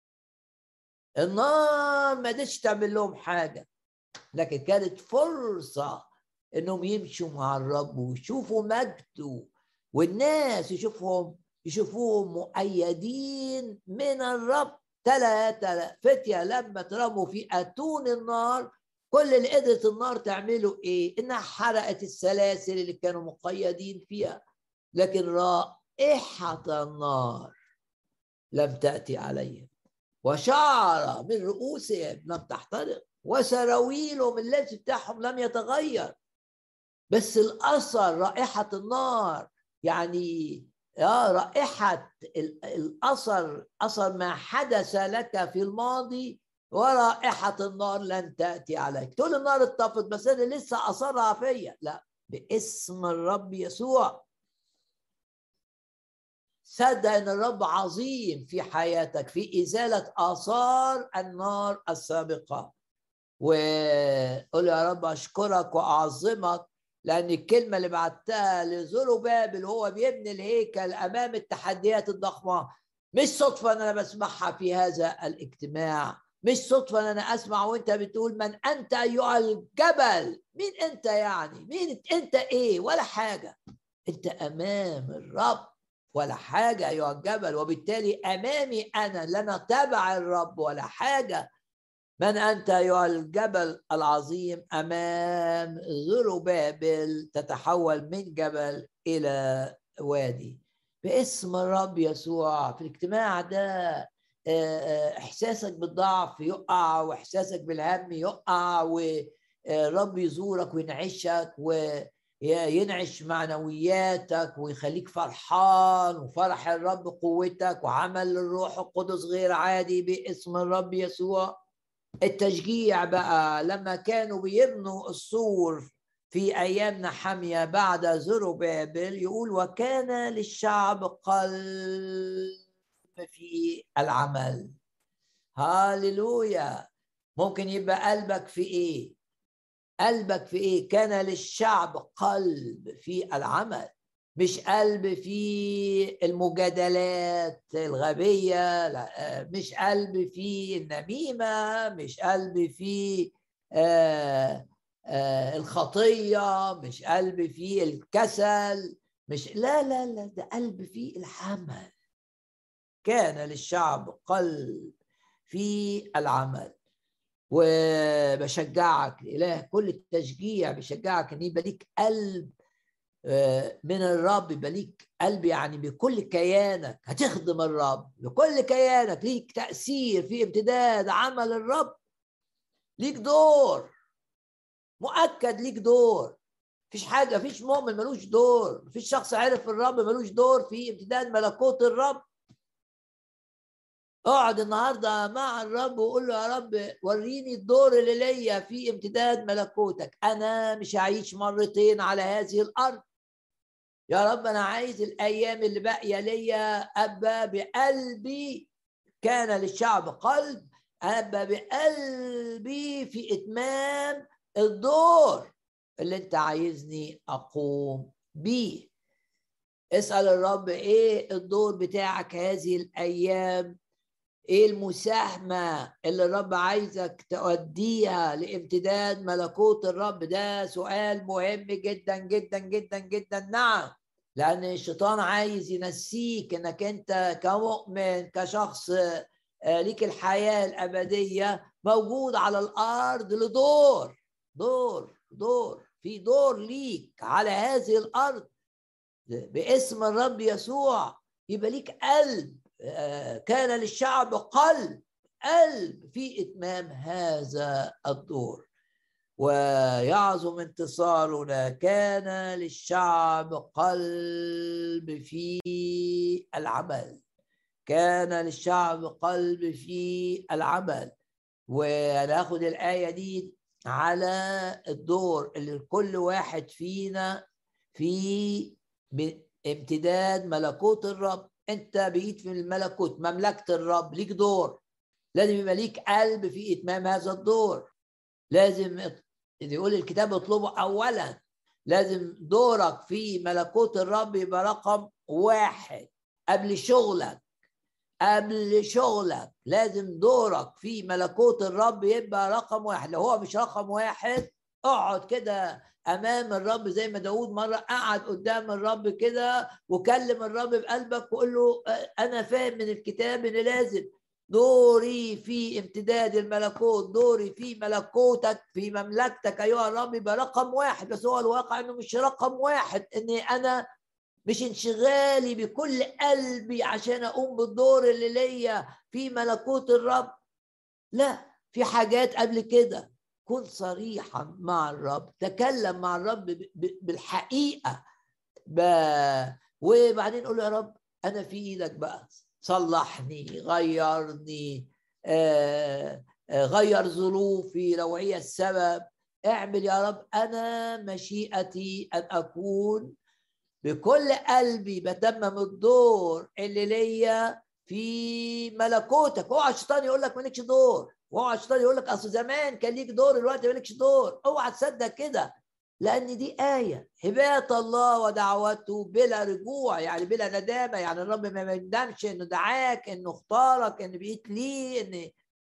النار ما قدرتش تعمل لهم حاجة، لكن كانت فرصة انهم يمشوا مع الرب ويشوفوا مجده، والناس يشوفهم يشوفوهم مؤيدين من الرب. ثلاثة فتية لما ترموا في أتون النار، كل اللي قدرت النار تعمله ايه؟ انها حرقت السلاسل اللي كانوا مقيدين فيها، لكن رائحة النار لم تأتي عليهم، وشعر من رؤوسهم لم تحترق، وسراويلهم اللبس بتاعهم لم يتغير، بس الأثر رائحة النار. يعني يا رائحة الأثر، أثر ما حدث لك في الماضي، ورائحة النار لن تأتي عليك. تقول النار اتطفت بس أنا لسه أثرها فيا. لا، باسم الرب يسوع صدق ان الرب عظيم في حياتك في ازاله اثار النار السابقه. وقول يا رب اشكرك واعظمك لان الكلمه اللي بعتها لزروبابل وهو بيبني الهيكل امام التحديات الضخمه مش صدفه ان انا بسمعها في هذا الاجتماع، مش صدفة ان انا اسمع وانت بتقول من انت ايها الجبل. مين انت يعني؟ مين انت؟ ايه؟ ولا حاجة. انت امام الرب ولا حاجة أيها الجبل، وبالتالي أمامي أنا لنا تبع الرب ولا حاجة. من أنت أيها الجبل العظيم؟ أمام زربابل تتحول من جبل إلى وادي. باسم الرب يسوع في الاجتماع ده إحساسك بالضعف يقع، وإحساسك بالهم يقع، والرب يزورك وينعشك وينعش معنوياتك ويخليك فرحان، وفرح الرب قوتك، وعمل الروح القدس غير عادي باسم الرب يسوع. التشجيع بقى لما كانوا بيبنوا السور في أيام نحمية بعد زربابل، يقول وكان للشعب قلب في العمل. هاليلويا. ممكن يبقى قلبك في إيه؟ قلبك في إيه؟ كان للشعب قلب في العمل، مش قلب في المجادلات الغبية، لا، مش قلب في النميمة، مش قلب في آه آه الخطية، مش قلب في الكسل، مش لا لا لا ده قلب في العمل. كان للشعب قلب في العمل. وبشجعك إله كل التشجيع، بشجعك ان يبقى ليك قلب من الرب، يبقى ليك قلب يعني بكل كيانك هتخدم الرب، بكل كيانك ليك تأثير في امتداد عمل الرب. ليك دور مؤكد، ليك دور. مفيش حاجة، مفيش مؤمن ملوش دور، مفيش شخص عارف الرب ملوش دور في امتداد ملكوت الرب. اقعد النهارده مع الرب وقول له يا رب وريني الدور اللي ليا في امتداد ملكوتك. انا مش هعيش مرتين على هذه الارض يا رب، انا عايز الايام اللي باقيه ليا ابقى بقلبي. كان للشعب قلب، ابقى بقلبي في اتمام الدور اللي انت عايزني اقوم بيه. اسال الرب ايه الدور بتاعك هذه الايام، ايه المساهمه اللي الرب عايزك تؤديها لامتداد ملكوت الرب. ده سؤال مهم جدا جدا جدا جدا. نعم، لان الشيطان عايز ينسيك انك انت كمؤمن، كشخص ليك الحياه الابديه، موجود على الارض لدور دور دور في دور ليك على هذه الارض باسم الرب يسوع. يبقى ليك قلب. كان للشعب قلب قلب في إتمام هذا الدور، ويعظم انتصارنا. كان للشعب قلب في العمل، كان للشعب قلب في العمل. وناخد الآية دي على الدور اللي كل واحد فينا في امتداد ملكوت الرب. انت بقيت في الملكوت، مملكة الرب، ليك دور. لازم يبقى ليك قلب في اتمام هذا الدور. لازم يقول الكتاب اطلبه اولا. لازم دورك في ملكوت الرب يبقى رقم واحد قبل شغلك. قبل شغلك لازم دورك في ملكوت الرب يبقى رقم واحد. لو هو مش رقم واحد، اقعد كده امام الرب زي ما داود مره قعد قدام الرب كده وكلم الرب بقلبك وقول له انا فاهم من الكتاب ان لازم دوري في امتداد الملكوت، دوري في ملكوتك في مملكتك ايها الرب يبقى رقم واحد. بس هو الواقع انه مش رقم واحد، اني انا مش انشغالي بكل قلبي عشان اقوم بالدور اللي ليا في ملكوت الرب. لا، في حاجات قبل كده. كن صريحا مع الرب، تكلم مع الرب بالحقيقة ب... وبعدين قول يا رب أنا في إيدك بقى، صلحني، غيرني، آه... آه... غير ظروفي لو هي السبب. اعمل يا رب. أنا مشيئتي أن أكون بكل قلبي بتمم الدور اللي ليا في ملكوتك. اوعى الشيطان يقول لك مالكش دور، اوعى الشيطان يقول لك اصل زمان كان ليك دور دلوقتي مالكش دور. اوعى تصدق كده، لان دي آية هبات الله ودعوته بلا رجوع، يعني بلا ندامة. يعني الرب ما يندمش انه دعاك، انه اختارك، انه بقيت ليه، ان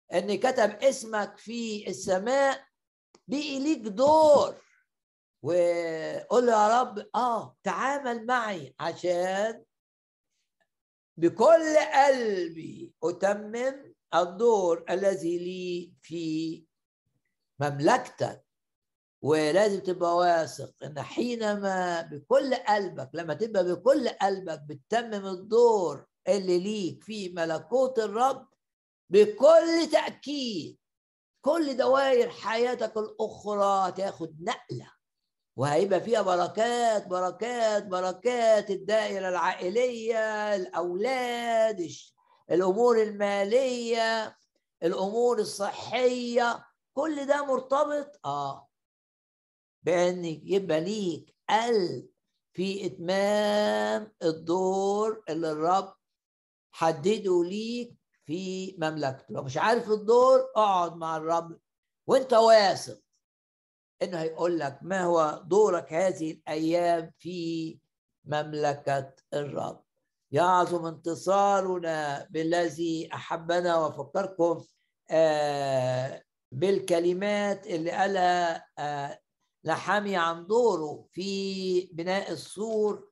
ان كتب اسمك في السماء، بقي ليك دور. وقول له يا رب اه تعامل معي عشان بكل قلبي أتمم الدور الذي لي في مملكتك. ولازم تبقى واثق ان حينما بكل قلبك، لما تبقى بكل قلبك بتتمم الدور اللي ليك في ملكوت الرب، بكل تأكيد كل دوائر حياتك الأخرى تاخد نقلة، وهيبقى فيها بركات بركات بركات. الدائرة العائلية، الأولاد، الأمور المالية، الأمور الصحية، كل ده مرتبط آه بأن يبقى ليك قلب في إتمام الدور اللي الرب حدده ليك في مملكته. لو مش عارف الدور، اقعد مع الرب وانت واثق انه هيقول لك ما هو دورك هذه الايام في مملكه الرب. يعظم انتصارنا بالذي احبنا. وافكركم آه بالكلمات اللي قالها آه نحميا عن دوره في بناء السور،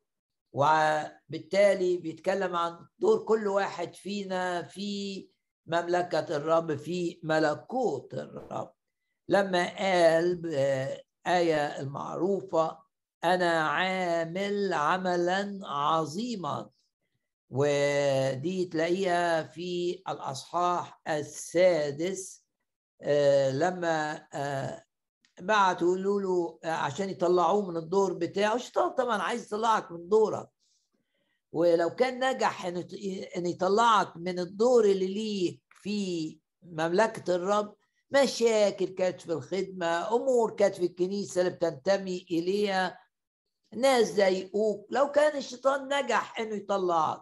وبالتالي بيتكلم عن دور كل واحد فينا في مملكه الرب، في ملكوت الرب. لما قال آية المعروفة أنا عامل عملا عظيما، ودي تلاقيها في الأصحاح السادس لما بعتوا له عشان يطلعوه من الدور بتاعه. الشيطان طبعا عايز يطلعك من دورك، ولو كان نجح ان يطلعك من الدور اللي ليك في مملكة الرب، مشاكل كانت في الخدمة، أمور كانت في الكنيسة اللي بتنتمي إليها، ناس ضايقوك، لو كان الشيطان نجح إنه يطلعك،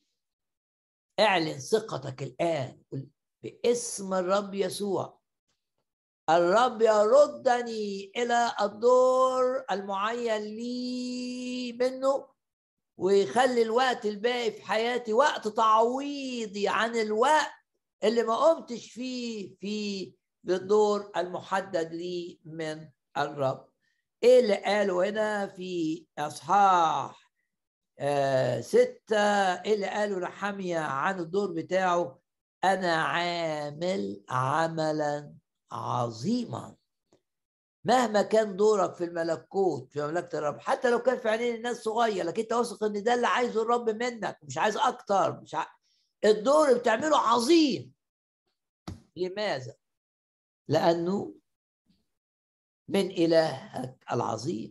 اعلن ثقتك الآن باسم الرب يسوع. الرب يردني إلى الدور المعين لي منه، ويخلي الوقت الباقي في حياتي وقت تعويضي عن الوقت اللي ما قمتش فيه في بالدور المحدد لي من الرب. ايه اللي قاله هنا في اصحاح آه ستة؟ ايه اللي قاله نحميا عن الدور بتاعه؟ انا عامل عملا عظيما. مهما كان دورك في الملكوت في مملكة الرب، حتى لو كان في عينين الناس صغير، لكن انت واثق ان ده اللي عايزه الرب منك، مش عايز اكتر. مش ع... الدور اللي بتعمله عظيم. لماذا؟ لأنه من إلهك العظيم،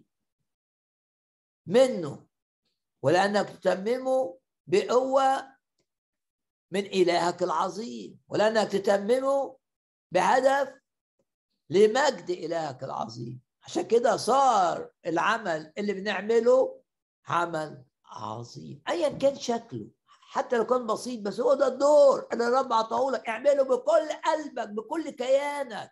منه، ولأنك تتممه بقوة من إلهك العظيم، ولأنك تتممه بهدف لمجد إلهك العظيم. عشان كده صار العمل اللي بنعمله عمل عظيم أيا كان شكله، حتى لو كان بسيط، بس هو ده الدور اللي الرب عطاهولك. اعمله بكل قلبك بكل كيانك.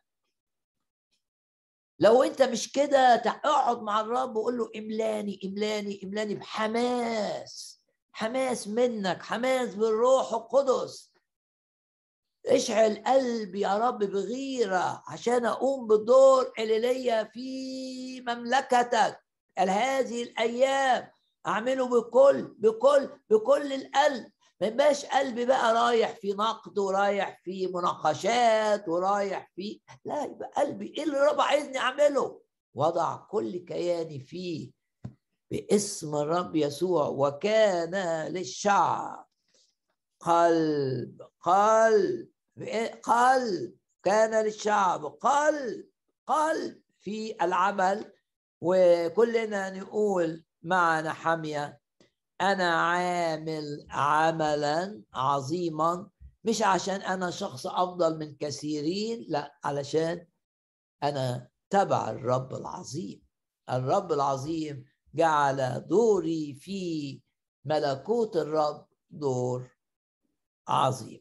لو انت مش كده، اقعد مع الرب وقول له املاني املاني املاني بحماس، حماس منك، حماس بالروح القدس. اشعل قلبي يا رب بغيرة عشان اقوم بالدور اللي ليا في مملكتك هذه الايام. اعمله بكل بكل بكل القلب. ما يبقاش قلبي بقى رايح في نقد ورايح في مناقشات ورايح في، لا، يبقى قلبي ايه اللي الرب عايزني اعمله، وضع كل كياني فيه باسم الرب يسوع. وكان للشعب قلب قلب قلب كان للشعب قلب قلب في العمل. وكلنا نقول مع نحميا أنا عامل عملا عظيما، مش عشان أنا شخص أفضل من كثيرين، لا، علشان أنا تبع الرب العظيم. الرب العظيم جعل دوري في ملكوت الرب دور عظيم.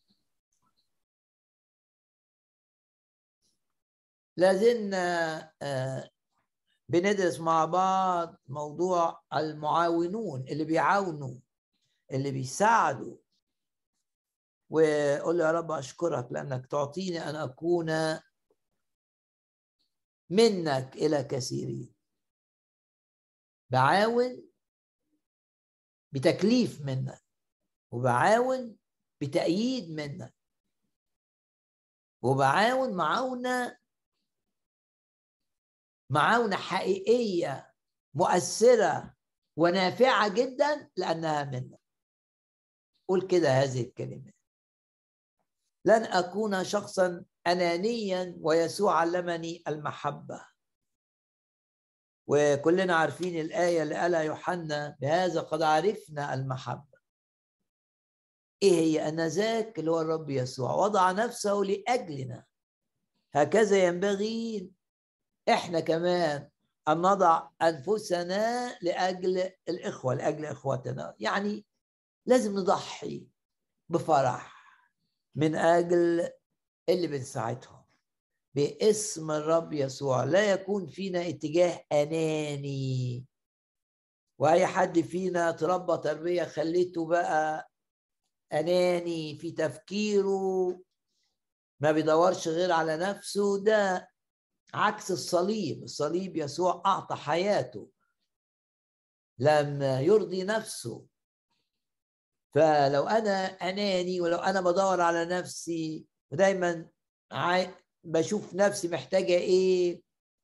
لازلنا بندرس مع بعض موضوع المعاونون، اللي بيعاونوا، اللي بيساعدوا وقول له يا رب أشكرك لأنك تعطيني أن أكون منك إلى كثيرين. بعاون بتكليف منك، وبعاون بتأييد منك، وبعاون معاونة معاونة حقيقية مؤثرة ونافعة جدا لأنها منك. قول كده هذه الكلمات: لن أكون شخصا أنانيا ويسوع علمني المحبة. وكلنا عارفين الآية اللي قالها يوحنا: بهذا قد عرفنا المحبة. إيه هي؟ أن ذاك اللي هو الرب يسوع وضع نفسه لأجلنا. هكذا ينبغي إحنا كمان أن نضع أنفسنا لأجل الإخوة، لأجل إخوتنا. يعني لازم نضحي بفرح من أجل اللي بنساعدهم باسم الرب يسوع. لا يكون فينا اتجاه أناني. وأي حد فينا تربى تربية خليته بقى أناني في تفكيره، ما بيدورش غير على نفسه، ده عكس الصليب. الصليب يسوع أعطى حياته، لم يرضي نفسه. فلو أنا أناني ولو أنا بدور على نفسي ودايما بشوف نفسي محتاجة إيه،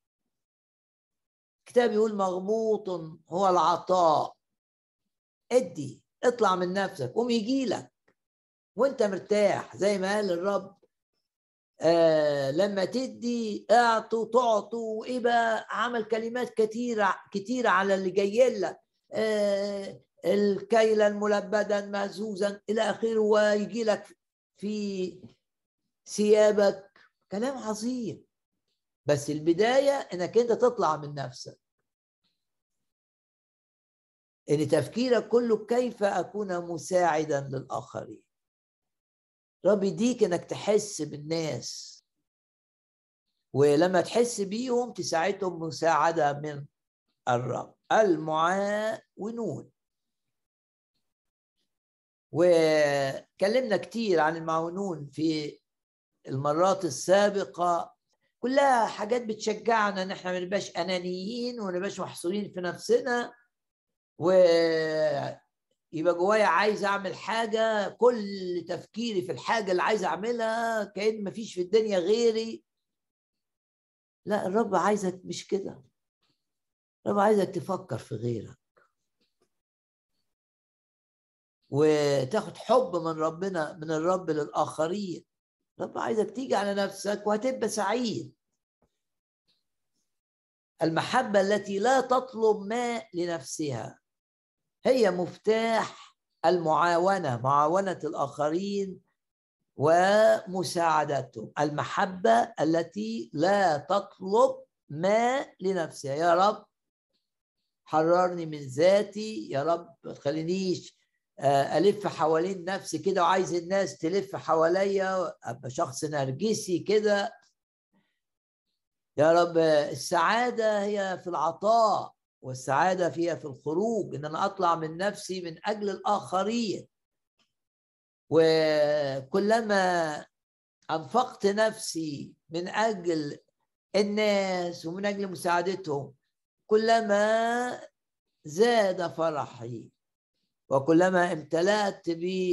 الكتاب يقول مغبوط هو العطاء. ادي، اطلع من نفسك قوم يجي لك وانت مرتاح، زي ما قال الرب آه لما تدي اعطوا تعطوا. وايه بقى؟ عمل كلمات كتيرة كتيرة على اللي جاي لك، آه الكيلا الملبدا مهزوزا الى اخره، ويجي لك في ثيابك. كلام عظيم، بس البداية انك انت تطلع من نفسك، ان تفكيرك كله كيف اكون مساعدا للاخرين. رب يديك انك تحس بالناس، ولما تحس بيهم تساعدهم مساعدة من الرب. المعاونون، وكلمنا كتير عن المعاونون في المرات السابقة، كلها حاجات بتشجعنا ان احنا ما نبقاش انانيين وما نبقاش محصورين في نفسنا، ويبقى جوايا عايز اعمل حاجة، كل تفكيري في الحاجة اللي عايز اعملها كأن ما فيش في الدنيا غيري. لا، الرب عايزك مش كده. الرب عايزك تفكر في غيرك وتاخد حب من ربنا، من الرب للآخرين. الرب عايزك تيجي على نفسك وهتبقى سعيد. المحبة التي لا تطلب ما لنفسها هي مفتاح المعاونة، معاونة الآخرين ومساعدتهم. المحبة التي لا تطلب ما لنفسها. يا رب حررني من ذاتي، يا رب ما تخلينيش ألف حوالين نفسي كده وعايز الناس تلف حواليا، أبقى شخص نرجسي كده. يا رب السعادة هي في العطاء، والسعادة فيها في الخروج، إن أنا أطلع من نفسي من أجل الآخرين. وكلما أنفقت نفسي من أجل الناس ومن أجل مساعدتهم، كلما زاد فرحي، وكلما امتلأت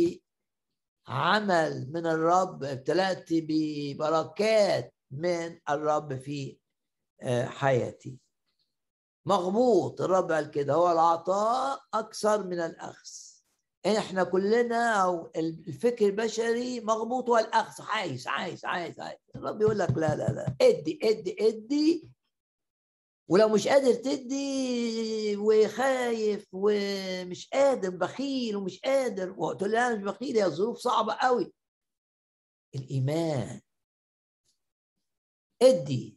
بعمل من الرب، امتلأت ببركات من الرب في حياتي. مغبوط، الرب قال كده، هو العطاء أكثر من الأخذ. احنا كلنا او الفكر البشري مغبوط هو الأخذ، عايز عايز عايز عايز. الرب يقول لك لا لا لا، ادي ادي ادي، ولو مش قادر تدي وخايف ومش قادر، بخيل ومش قادر، وقلت له انا مش بخيل، هي الظروف صعبه قوي. الايمان، ادي،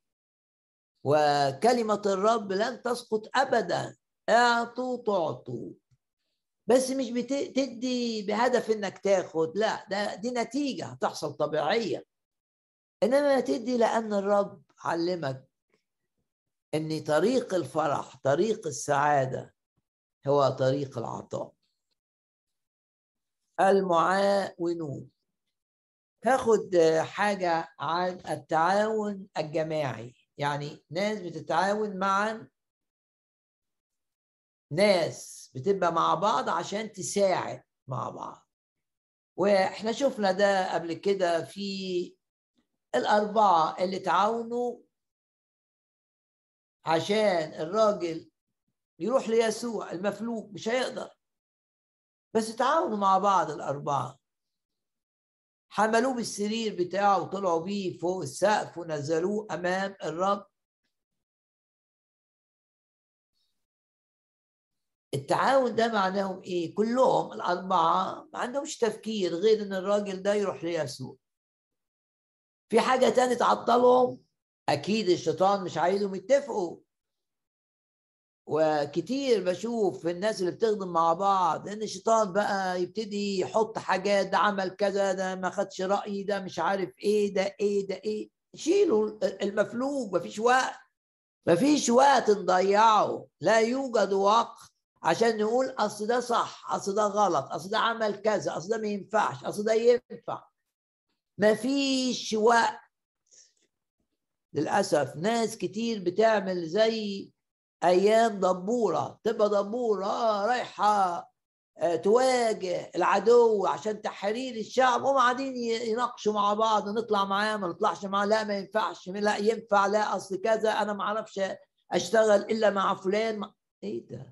وكلمه الرب لن تسقط ابدا. اعطوا تعطوا، بس مش بتدي بهدف انك تاخد، لا، ده دي نتيجه هتحصل طبيعيه. انما تدي لان الرب علمك ان طريق الفرح، طريق السعاده هو طريق العطاء. المعاونون. هاخد حاجة عن التعاون الجماعي، يعني ناس بتتعاون معا، ناس بتبقى مع بعض عشان تساعد مع بعض. واحنا شفنا ده قبل كده في الأربعة اللي تعاونوا عشان الراجل يروح ليسوع المفلوج، مش هيقدر، بس تعاونوا مع بعض الأربعة، حملوه بالسرير بتاعه وطلعوا بيه فوق السقف ونزلوه أمام الرب. التعاون ده معناهم إيه؟ كلهم الأربعة ما عندهمش تفكير غير إن الراجل ده يروح ليسوع. في حاجة تانية تعطلهم؟ أكيد الشيطان مش عايزهم يتفقوا. وكتير بشوف في الناس اللي بتخدم مع بعض ان الشيطان بقى يبتدي يحط حاجات، ده عمل كذا، ده ما خدش رأيي، ده مش عارف ايه، ده ايه، ده ايه. شيلوا المفلوج، مفيش وقت، مفيش وقت نضيعه. لا يوجد وقت عشان نقول اصل ده صح، اصل ده غلط، اصل ده عمل كذا، اصل ده ما ينفعش، اصل ده ينفع. مفيش وقت. للأسف ناس كتير بتعمل زي ايام دبوره، تبقى دبوره آه رايحه آه تواجه العدو عشان تحرير الشعب، وهم قاعدين يناقشوا مع بعض، نطلع معاه ما نطلعش معاه، لا ما ينفعش، لا ينفع، لا اصل كذا، انا ما اعرفش اشتغل الا مع فلان. ما... ايه ده؟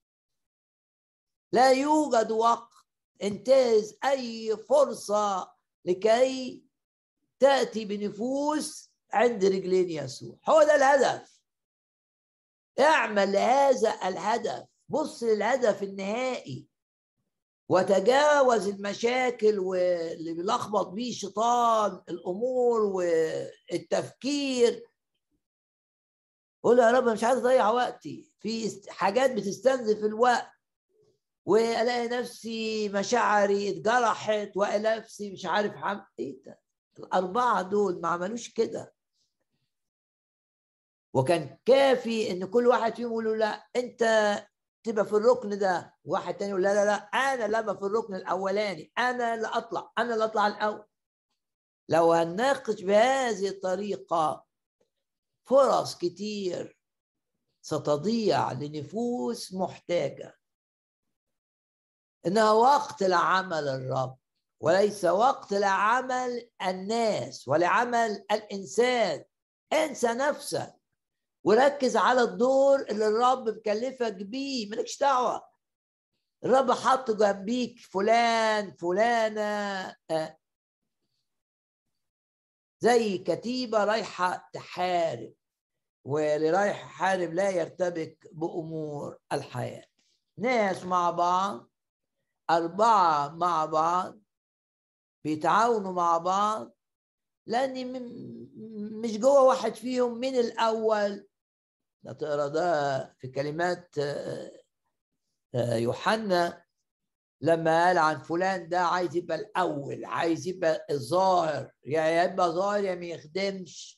لا يوجد وقت. انتهز اي فرصه لكي تاتي بنفوس عند رجلين يسوع. هو ده الهدف. اعمل هذا الهدف، بص للهدف النهائي، وتجاوز المشاكل واللي بيلخبط بيه الشيطان الامور والتفكير. قول يا رب مش عايز اضيع وقتي في حاجات بتستنزف الوقت، والاقي نفسي مشاعري اتجرحت، والاقي نفسي مش عارف حم... ايه ده؟ الاربعه دول ما عملوش كده. وكان كافي ان كل واحد فيهم يقول له لا انت تبقى في الركن ده، واحد تاني يقول لا لا لا انا لا ابقى في الركن الاولاني، انا لا اطلع، انا لا اطلع الاول. لو هنناقش بهذه الطريقه فرص كتير ستضيع لنفوس محتاجه. انها وقت لعمل الرب وليس وقت لعمل الناس ولعمل الانسان. انسى نفسك وركز على الدور اللي الرب مكلفك بيه، مالكش دعوه. الرب حط جنبيك فلان فلانه زي كتيبه رايحه تحارب، واللي رايح يحارب لا يرتبك بامور الحياه. ناس مع بعض، اربعه مع بعض بيتعاونوا مع بعض، لان مش جوه واحد فيهم من الاول. تقرا ده في كلمات يوحنا لما قال عن فلان ده عايز يبقى الاول، عايز يبقى الظاهر، يا يبقى ظاهر يا ما يخدمش.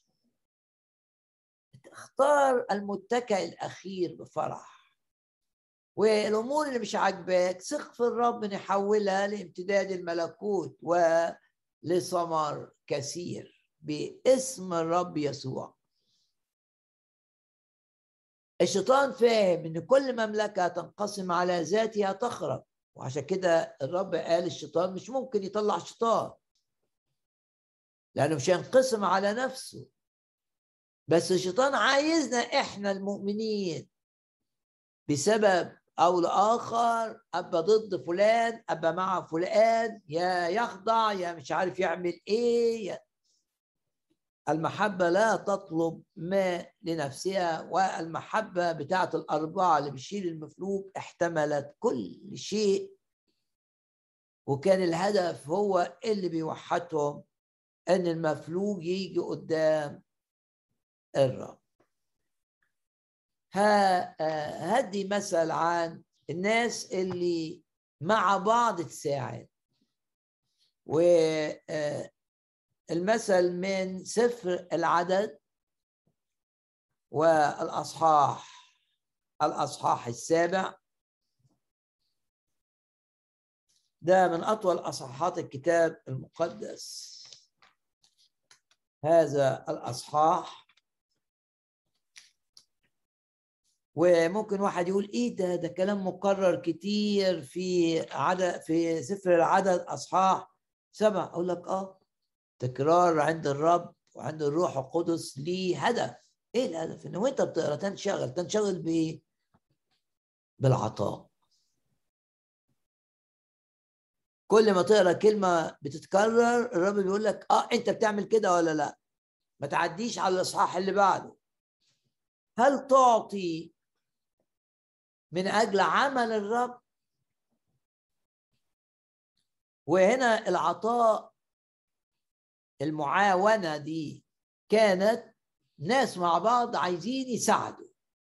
اختار المتكئ الاخير بفرح. والامور اللي مش عاجباك ثق في الرب ان يحولها لامتداد الملكوت ولثمر كثير باسم الرب يسوع. الشيطان فاهم ان كل مملكه تنقسم على ذاتها تخرب، وعشان كده الرب قال الشيطان مش ممكن يطلع شيطان لانه مش هينقسم على نفسه. بس الشيطان عايزنا احنا المؤمنين بسبب او لاخر ابقى ضد فلان، ابقى مع فلان، يا يخضع يا مش عارف يعمل ايه. المحبة لا تطلب ما لنفسها، والمحبة بتاعت الأربعة اللي بيشيل المفلوج احتملت كل شيء، وكان الهدف هو اللي بيوحدهم أن المفلوج يجي قدام الرب. هدي مثل عن الناس اللي مع بعض تساعد، والمثل من سفر العدد والأصحاح الأصحاح السابع. ده من أطول أصحاحات الكتاب المقدس، هذا الأصحاح. وممكن واحد يقول إيه ده ده كلام مكرر كتير في عدد في سفر العدد أصحاح سبع. أقول لك آه تكرار عند الرب وعند الروح القدس ليه هدف. إيه الهدف؟ إن وأنت بتقرأ تنشغل تنشغل بإيه؟ بالعطاء. كل ما تقرا كلمه بتتكرر الرب بيقول لك اه انت بتعمل كده ولا لا، ما تعديش على الاصحاح اللي بعده. هل تعطي من اجل عمل الرب؟ وهنا العطاء، المعاونه دي كانت ناس مع بعض عايزين يساعدوا،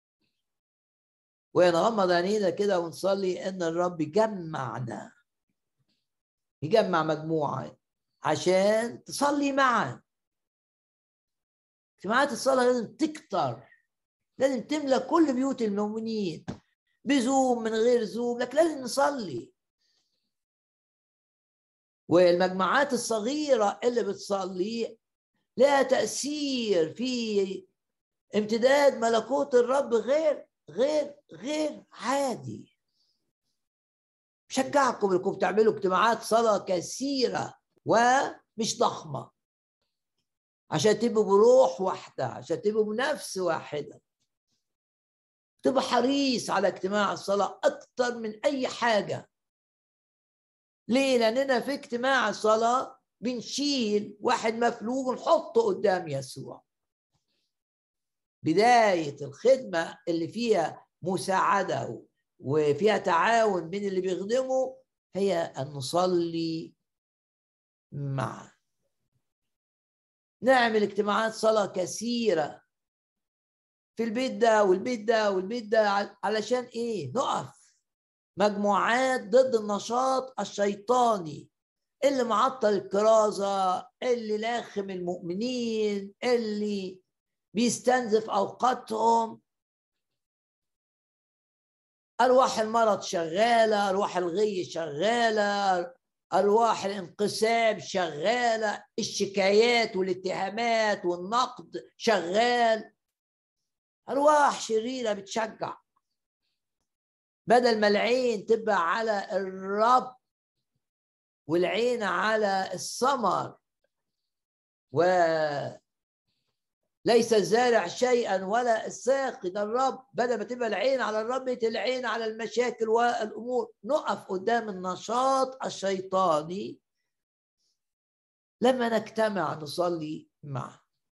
ونغمض عينينا كده ونصلي ان الرب يجمعنا، يجمع مجموعه عشان تصلي معا. اجتماعات الصلاه لازم تكتر، لازم تملى كل بيوت المؤمنين، بزوم من غير زوم، لكن لازم نصلي. والمجموعات الصغيرة اللي بتصلي لها تأثير في امتداد ملكوت الرب غير غير غير عادي. بشجعكم انكم تعملوا اجتماعات صلاة كثيرة ومش ضخمة، عشان تبقوا بروح واحدة، عشان تبقوا بنفس واحدة. تبقى حريص على اجتماع الصلاة أكتر من أي حاجة. ليه؟ لأننا في اجتماع الصلاة بنشيل واحد مفلوج ونحطه قدام يسوع. بداية الخدمة اللي فيها مساعدة وفيها تعاون بين اللي بيخدموا هي أن نصلي معا. نعمل اجتماعات صلاة كثيرة في البيت ده والبيت ده والبيت ده. علشان إيه؟ نقف مجموعات ضد النشاط الشيطاني اللي معطل الكرازة، اللي لاخم المؤمنين، اللي بيستنزف أوقاتهم. أرواح المرض شغالة، أرواح الغي شغالة، أرواح الانقسام شغالة، الشكايات والاتهامات والنقد شغال. أرواح شريرة بتشجع. بدل ما العين تبقى على الرب والعين على الثمر، وليس الزارع شيئا ولا الساقي ده الرب، بدل ما تبقى العين على الرب العين على المشاكل والامور. نقف قدام النشاط الشيطاني لما نجتمع نصلي معه.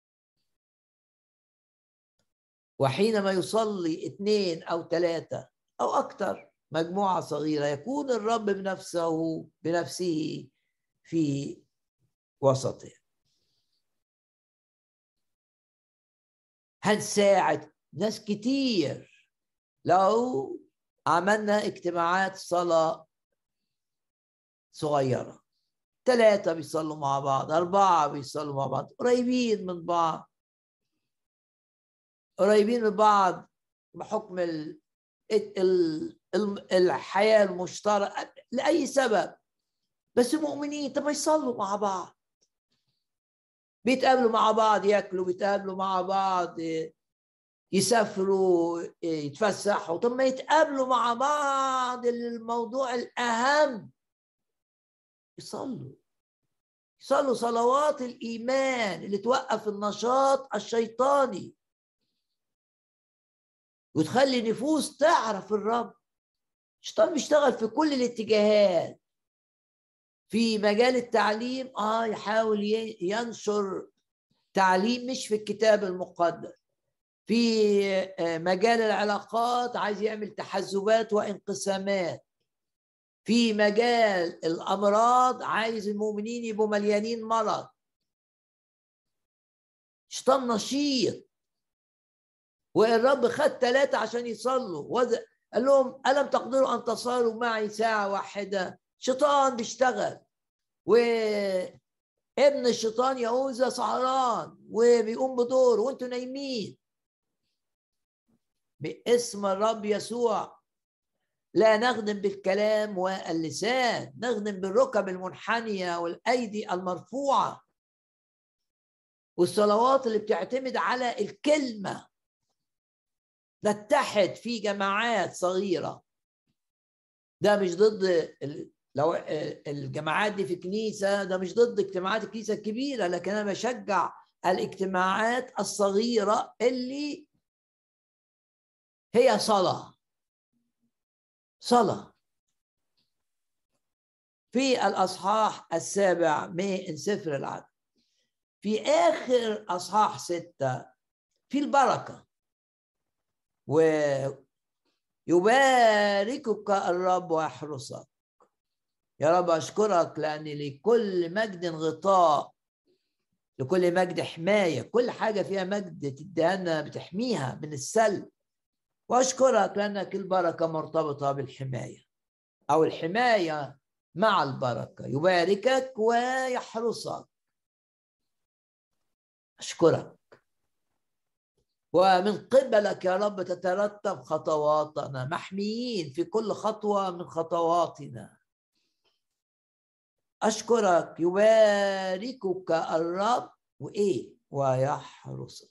وحينما يصلي اثنين او ثلاثه او اكثر، مجموعه صغيره، يكون الرب بنفسه بنفسه في وسطه. هنساعد ناس كتير لو عملنا اجتماعات صلاة صغيرة، ثلاثة بيصلوا مع بعض، أربعة بيصلوا مع بعض، قريبين من بعض، قريبين من بعض بحكم ال... ال... الحياة المشتركة لأي سبب، بس مؤمنين. طب يصلوا مع بعض، بيتقابلوا مع بعض، ياكلوا، بيتقابلوا مع بعض، يسافروا، يتفسحوا. طب ما يتقابلوا مع بعض. الموضوع الأهم يصلوا، يصلوا صلوات الإيمان اللي توقف النشاط الشيطاني وتخلي نفوس تعرف الرب. الشيطان بيشتغل في كل الاتجاهات. في مجال التعليم اه يحاول ينشر تعليم مش في الكتاب المقدس. في مجال العلاقات عايز يعمل تحزبات وانقسامات. في مجال الأمراض عايز المؤمنين يبقوا مليانين مرض. شيطان نشيط. والرب خد ثلاثة عشان يصلوا، قال لهم ألم تقدروا أن تصلوا معي ساعة واحدة؟ شيطان بيشتغل. وابن الشيطان يهوذا سهران وبيقوم بدور وانتوا نايمين. باسم الرب يسوع لا نخدم بالكلام واللسان، نخدم بالركب المنحنية والأيدي المرفوعة والصلوات اللي بتعتمد على الكلمة. نتحد في جماعات صغيرة. ده مش ضد ال... لو الجماعات دي في كنيسة، ده مش ضد اجتماعات الكنيسة الكبيرة، لكن أنا بشجع الاجتماعات الصغيرة اللي هي صلاة صلاة. في الأصحاح السابع من سفر العدد، في آخر أصحاح ستة، في البركة: ويباركك الرب ويحرسك. يا رب أشكرك لأن لكل مجد غطاء، لكل مجد حماية، كل حاجة فيها مجد تديها بتحميها من السلب. وأشكرك لأنك البركة مرتبطة بالحماية، أو الحماية مع البركة. يباركك ويحرسك. أشكرك. ومن قبلك يا رب تترتب خطواتنا، محميين في كل خطوة من خطواتنا. أشكرك. يباركك الرب وإيه؟ ويحرسك.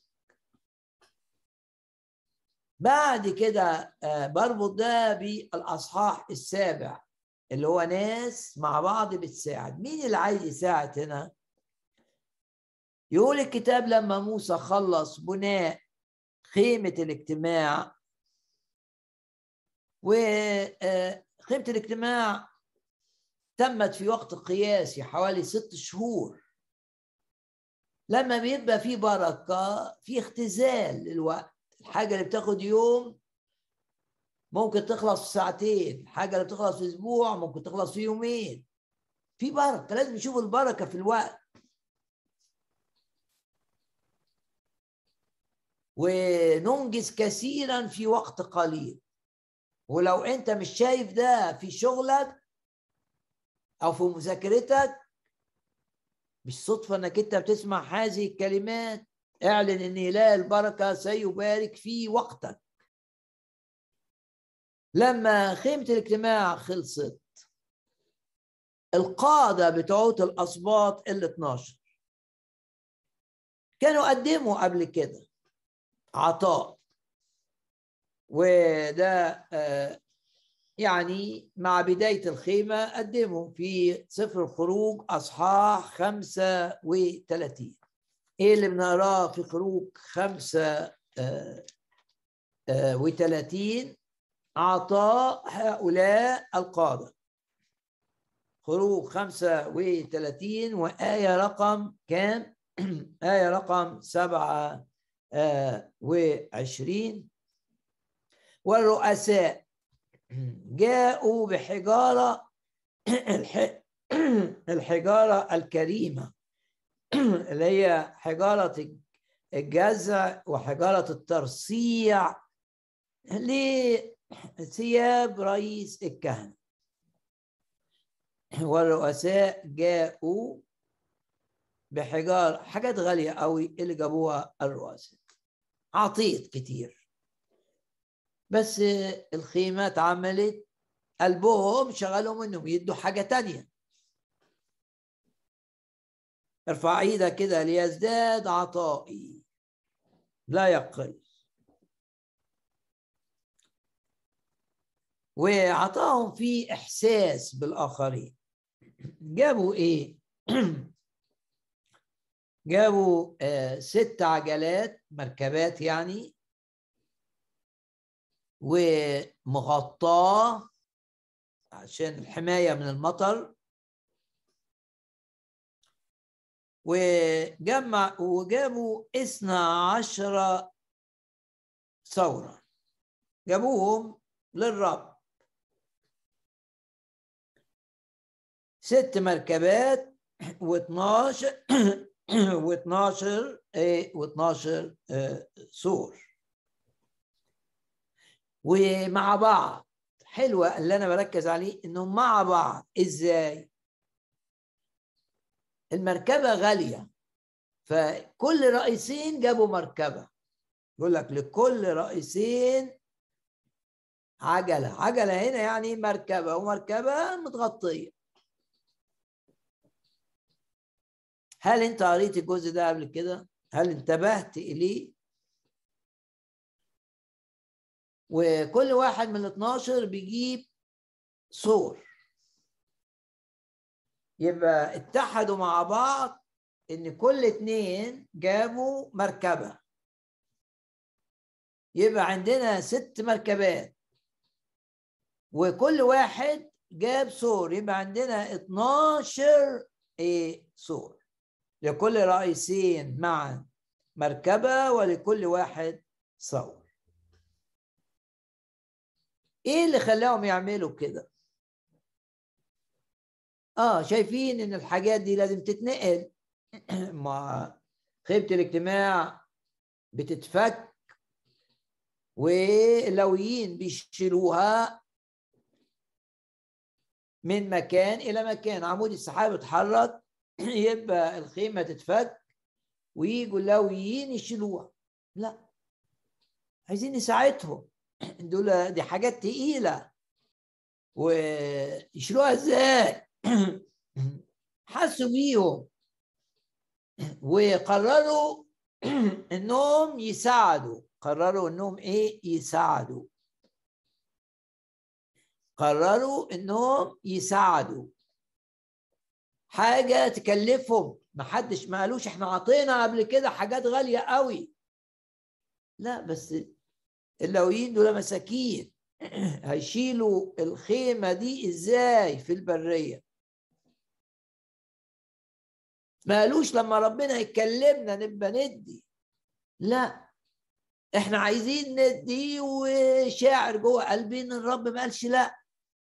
بعد كده بربط ده بالأصحاح السابع اللي هو ناس مع بعض بتساعد. مين اللي عايز يساعد هنا؟ يقول الكتاب لما موسى خلص بناء خيمة الاجتماع، وخيمة الاجتماع تمت في وقت قياسي حوالي ست شهور. لما بيبقى في بركة في اختزال للوقت. الحاجة اللي بتاخد يوم ممكن تخلص في ساعتين، الحاجة اللي بتخلص في أسبوع ممكن تخلص في يومين. في بركة، لازم نشوف البركة في الوقت. وننجز كثيرا في وقت قليل. ولو أنت مش شايف ده في شغلك أو في مذاكرتك، مش صدفة أنك أنت بتسمع هذه الكلمات. اعلن أن إله البركة سيبارك في وقتك. لما خيمة الاجتماع خلصت، القادة بتوع الأسباط ال اثناشر كانوا قدموا قبل كده عطاء، وده يعني مع بداية الخيمة قدموا في سفر الخروج أصحاح خمسة وثلاثين. إيه اللي بنقراه في خروج خمسة وثلاثين؟ عطاء هؤلاء القادة. خروج خمسة وثلاثين وآية رقم كام؟ آية رقم سبعة وعشرين. والرؤساء جاءوا بحجارة الحجارة الكريمة اللي هي حجارة الجزع وحجارة الترصيع لثياب رئيس الكهنة. والرؤساء جاءوا بحجارة، حاجات غالية قوي اللي جابوها الرؤساء، عطيت كتير. بس الخيمة اتعملت قلبهم شغلهم انهم يدوا حاجة تانية. ارفع ايدك كده: ليزداد عطائي لا يقل. وعطاهم في احساس بالاخرين. جابوا ايه؟ جابوا آه ست عجلات، مركبات يعني، ومغطاه عشان الحماية من المطر. وجمع وجابوا اثنا عشر ثورة، جابوهم للرب. ست مركبات واثناشر واثناشر واثناشر سور، ومع بعض. حلوة اللي أنا بركز عليه إنهم مع بعض. إزاي؟ المركبة غالية، فكل رئيسين جابوا مركبة. يقول لك لكل رئيسين عجلة. عجلة هنا يعني مركبة، ومركبة متغطية. هل انت قريت الجزء ده قبل كده؟ هل انتبهت إليه؟ وكل واحد من الاثناشر بيجيب صور، يبقى اتحدوا مع بعض ان كل اتنين جابوا مركبة، يبقى عندنا ست مركبات وكل واحد جاب صور، يبقى عندنا اتناشر ايه صور، لكل رئيسين معا مركبة ولكل واحد صور. ايه اللي خلاهم يعملوا كده؟ اه شايفين ان الحاجات دي لازم تتنقل. مع خيمة الاجتماع بتتفك واللويين بيشيلوها من مكان الى مكان، عمود السحاب اتحرك يبقى الخيمة تتفك ويجوا اللويين يشيلوها. لا، عايزين نساعدهم، دول دي حاجات تقيلة ويشيلوها ازاي؟ حسوا بيهم وقرروا انهم يساعدوا. قرروا انهم ايه؟ يساعدوا. قرروا انهم يساعدوا حاجة تكلفهم. ما حدش ما قالوش احنا عطينا قبل كده حاجات غالية قوي، لا، بس اللويين دول مساكين هيشيلوا الخيمة دي ازاي في البرية؟ ما قالوش لما ربنا يكلمنا نبقى ندي، لا، احنا عايزين ندي وشاعر جوه قلبي ان الرب ما قالش لا.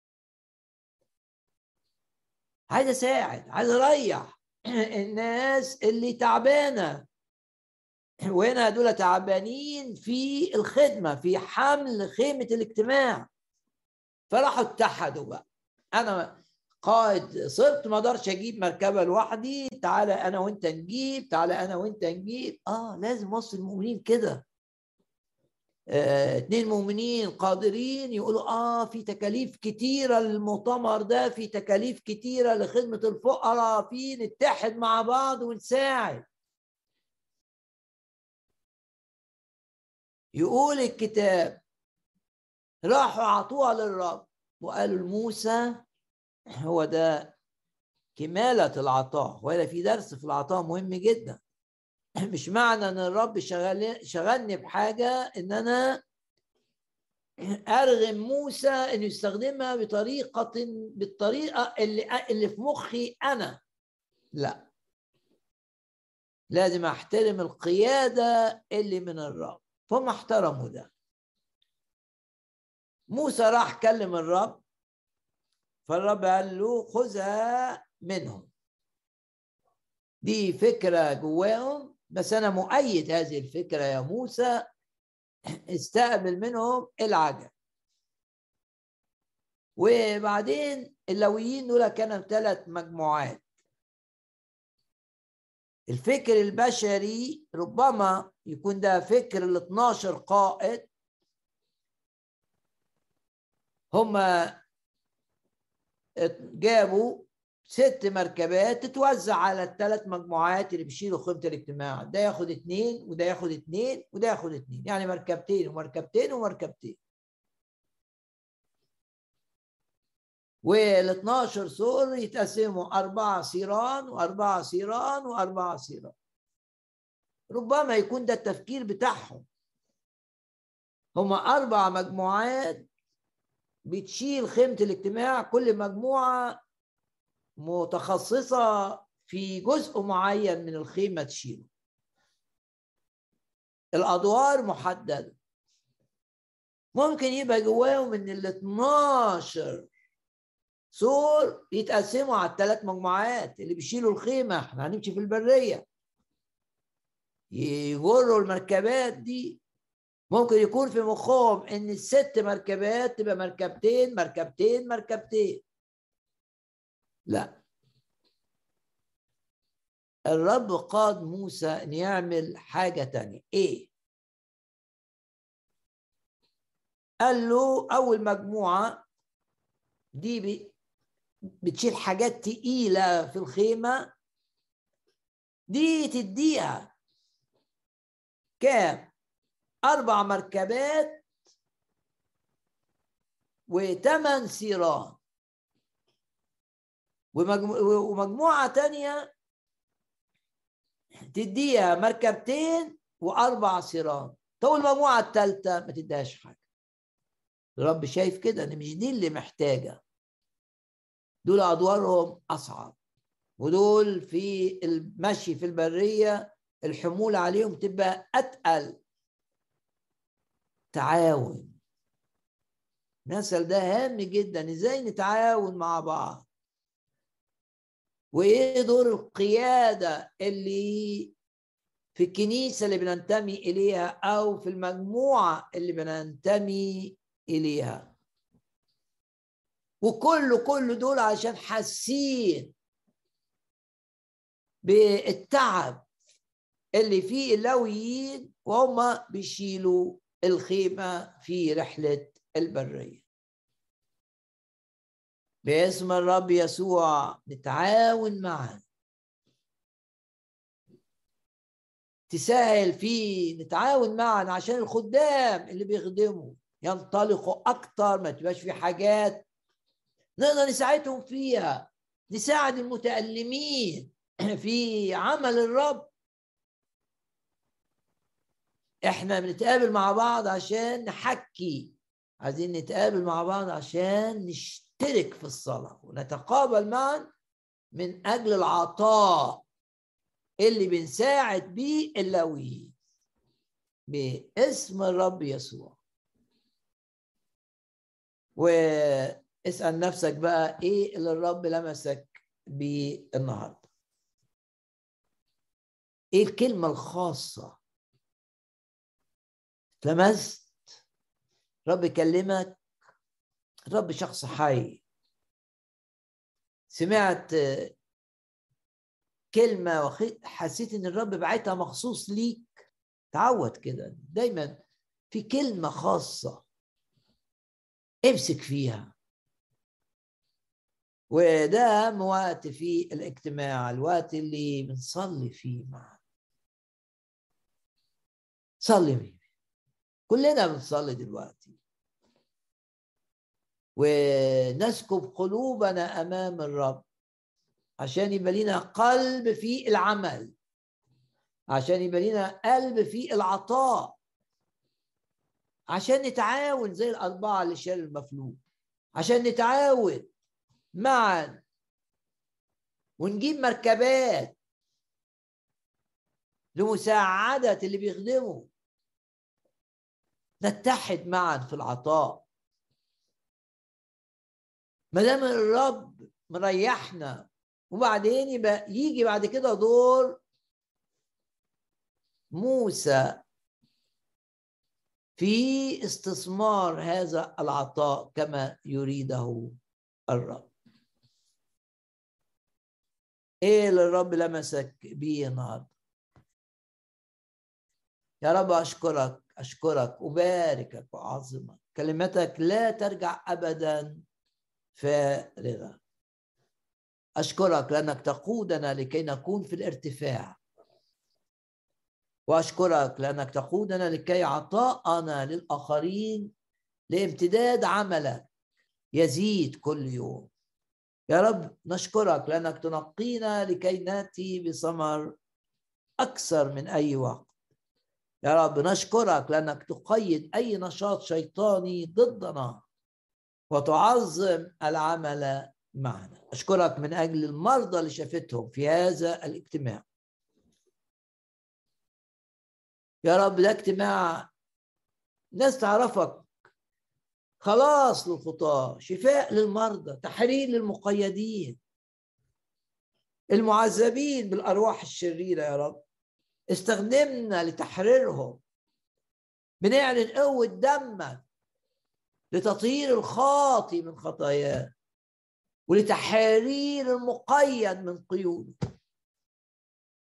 عايز اساعد، عايز اريح الناس اللي تعبانه، وهنا دول تعبانين في الخدمه في حمل خيمه الاجتماع، فراحوا اتحدوا بقى. انا قائد صرت ما اقدرش اجيب مركبه لوحدي، تعالى انا وانت نجيب، تعالى انا وانت نجيب. اه لازم وصل المؤمنين كده. آه، اتنين مؤمنين قادرين يقولوا اه في تكاليف كتيرة للمؤتمر ده، في تكاليف كتيرة لخدمة الفقراء، في نتحد مع بعض ونساعد. يقول الكتاب راحوا عطوها للرب وقالوا لموسى، هو ده كمالة العطاء، ولا في درس في العطاء مهم جدا. مش معنى ان الرب شغل شغلني بحاجة ان انا ارغم موسى انه يستخدمها بطريقه بالطريقه اللي اللي في مخي انا، لا، لازم احترم القياده اللي من الرب. فهم احترموا ده. موسى راح كلم الرب، فالرب قال له خذها منهم، دي فكره جواهم بس انا مؤيد هذه الفكره يا موسى، استقبل منهم العجل. وبعدين اللويين دول كانوا ثلاث مجموعات. الفكر البشري ربما يكون ده فكر ال اثناشر قائد، هم جابوا ست مركبات تتوزع على الثلاث مجموعات اللي بيشيلوا خيمة الاجتماع، ده ياخد اتنين وده ياخد اتنين وده ياخد اتنين، يعني مركبتين ومركبتين ومركبتين. وال اثناشر سور يتقسموا أربعة سيران وأربعة سيران وأربعة سيران. ربما يكون ده التفكير بتاعهم. هم أربع مجموعات بتشيل خيمة الاجتماع، كل مجموعة متخصصة في جزء معين من الخيمة تشيله. الأدوار محددة. ممكن يبقى جواهم إن ال اثناشر سور يتقسموا على الثلاث مجموعات اللي بيشيلوا الخيمة، احنا هنمشي في البرية، يجروا المركبات دي. ممكن يكون في مخهم إن الست مركبات تبقى مركبتين مركبتين مركبتين. لا، الرب قاد موسى ان يعمل حاجة تانية. ايه؟ قال له أول مجموعة دي بتشيل حاجات تقيلة في الخيمة، دي تديها كام؟ أربع مركبات وثمان سيران. ومجموعة تانية تديها مركبتين وأربع سيران. طب المجموعة الثالثة ما تديهاش حاجة. الرب شايف كده إن مش دي اللي محتاجة، دول أدوارهم أصعب، ودول في المشي في البرية الحمول عليهم تبقى أتقل. تعاون، المثل ده هام جدا، ازاي نتعاون مع بعض، وايه دور القيادة اللي في الكنيسة اللي بننتمي إليها أو في المجموعة اللي بننتمي إليها. وكل كل دول عشان حاسين بالتعب اللي فيه اللاويين وهم بيشيلوا الخيمة في رحلة البرية. باسم الرب يسوع نتعاون معا، تسهل فيه، نتعاون معا عشان الخدام اللي بيخدموا ينطلقوا أكتر، ما تبقاش في حاجات نقدر نساعدهم فيها، نساعد المتألمين في عمل الرب. احنا بنتقابل مع بعض عشان نحكي، عايزين نتقابل مع بعض عشان نشترك في الصلاة ونتقابل معا من أجل العطاء اللي بنساعد بيه اللاويين باسم الرب يسوع. واسأل نفسك بقى ايه اللي الرب لمسك بيه النهارده؟ ايه الكلمة الخاصة لمست؟ رب يكلمك، الرب شخص حي، سمعت كلمة وحسيت ان الرب بعتها مخصوص ليك. تعود كده دايما في كلمة خاصة امسك فيها. وده اهم وقت في الاجتماع، الوقت اللي بنصلي فيه معا. صلي فيه، كلنا بنصلي دلوقتي، ونسكب قلوبنا امام الرب عشان يبقى لنا قلب في العمل، عشان يبقى لنا قلب في العطاء، عشان نتعاون زي الأربعة اللي شالوا المفلوج، عشان نتعاون معا ونجيب مركبات لمساعدة اللي بيخدموا، نتحد معا في العطاء. ما دام الرب مريحنا، وبعدين يبقى يجي بعد كده دور موسى في استثمار هذا العطاء كما يريده الرب. ايه اللي الرب لمسك بيه النهارده؟ يا رب اشكرك اشكرك وباركك واعظمك، كلمتك لا ترجع ابدا فارغه. اشكرك لانك تقودنا لكي نكون في الارتفاع، واشكرك لانك تقودنا لكي عطاءنا للاخرين لامتداد عملك يزيد كل يوم. يا رب نشكرك لانك تنقينا لكي ناتي بثمر اكثر من اي وقت. يا رب نشكرك لانك تقيد اي نشاط شيطاني ضدنا وتعظم العمل معنا. اشكرك من اجل المرضى اللي شافتهم في هذا الاجتماع. يا رب ده اجتماع ناس تعرفك، خلاص للخطاة، شفاء للمرضى، تحرير للمقيدين، المعذبين بالارواح الشريره. يا رب استخدمنا لتحريرهم، بنعلن قوه دمك لتطهير الخاطي من خطاياه ولتحرير المقيد من قيوده.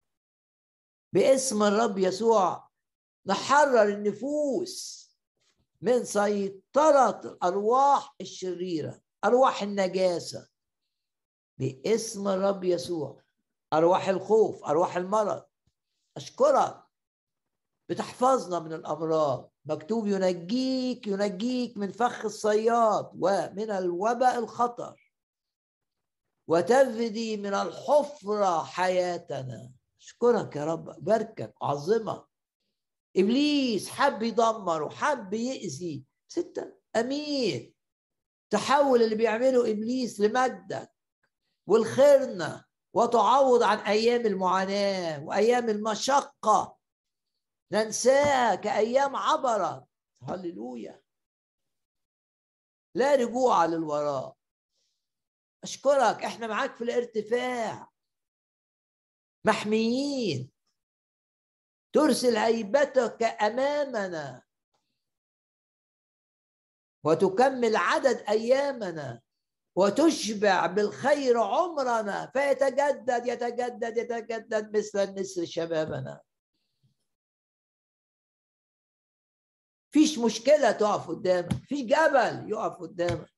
باسم الرب يسوع نحرر النفوس من سيطرة الأرواح الشريرة، أرواح النجاسة، باسم الرب يسوع. أرواح الخوف، أرواح المرض، أشكرك بتحفظنا من الأمراض. مكتوب ينجيك ينجيك من فخ الصياد ومن الوباء الخطر، وتفدي من الحفرة حياتنا. أشكرك يا رب، باركك أعظمك. إبليس حب يدمر وحب يأذي، ستة أمين تحول اللي بيعمله إبليس لمجدك والخيرنا، وتعوض عن أيام المعاناة وأيام المشقة، ننساها كأيام عبرت. هللويا، لا رجوع للوراء. أشكرك إحنا معاك في الارتفاع، محميين، ترسل هيبتك أمامنا وتكمل عدد أيامنا وتشبع بالخير عمرنا، فيتجدد يتجدد يتجدد مثل النسر شبابنا. فيش مشكلة تقف قدامك، فيش جبل يقف قدامك،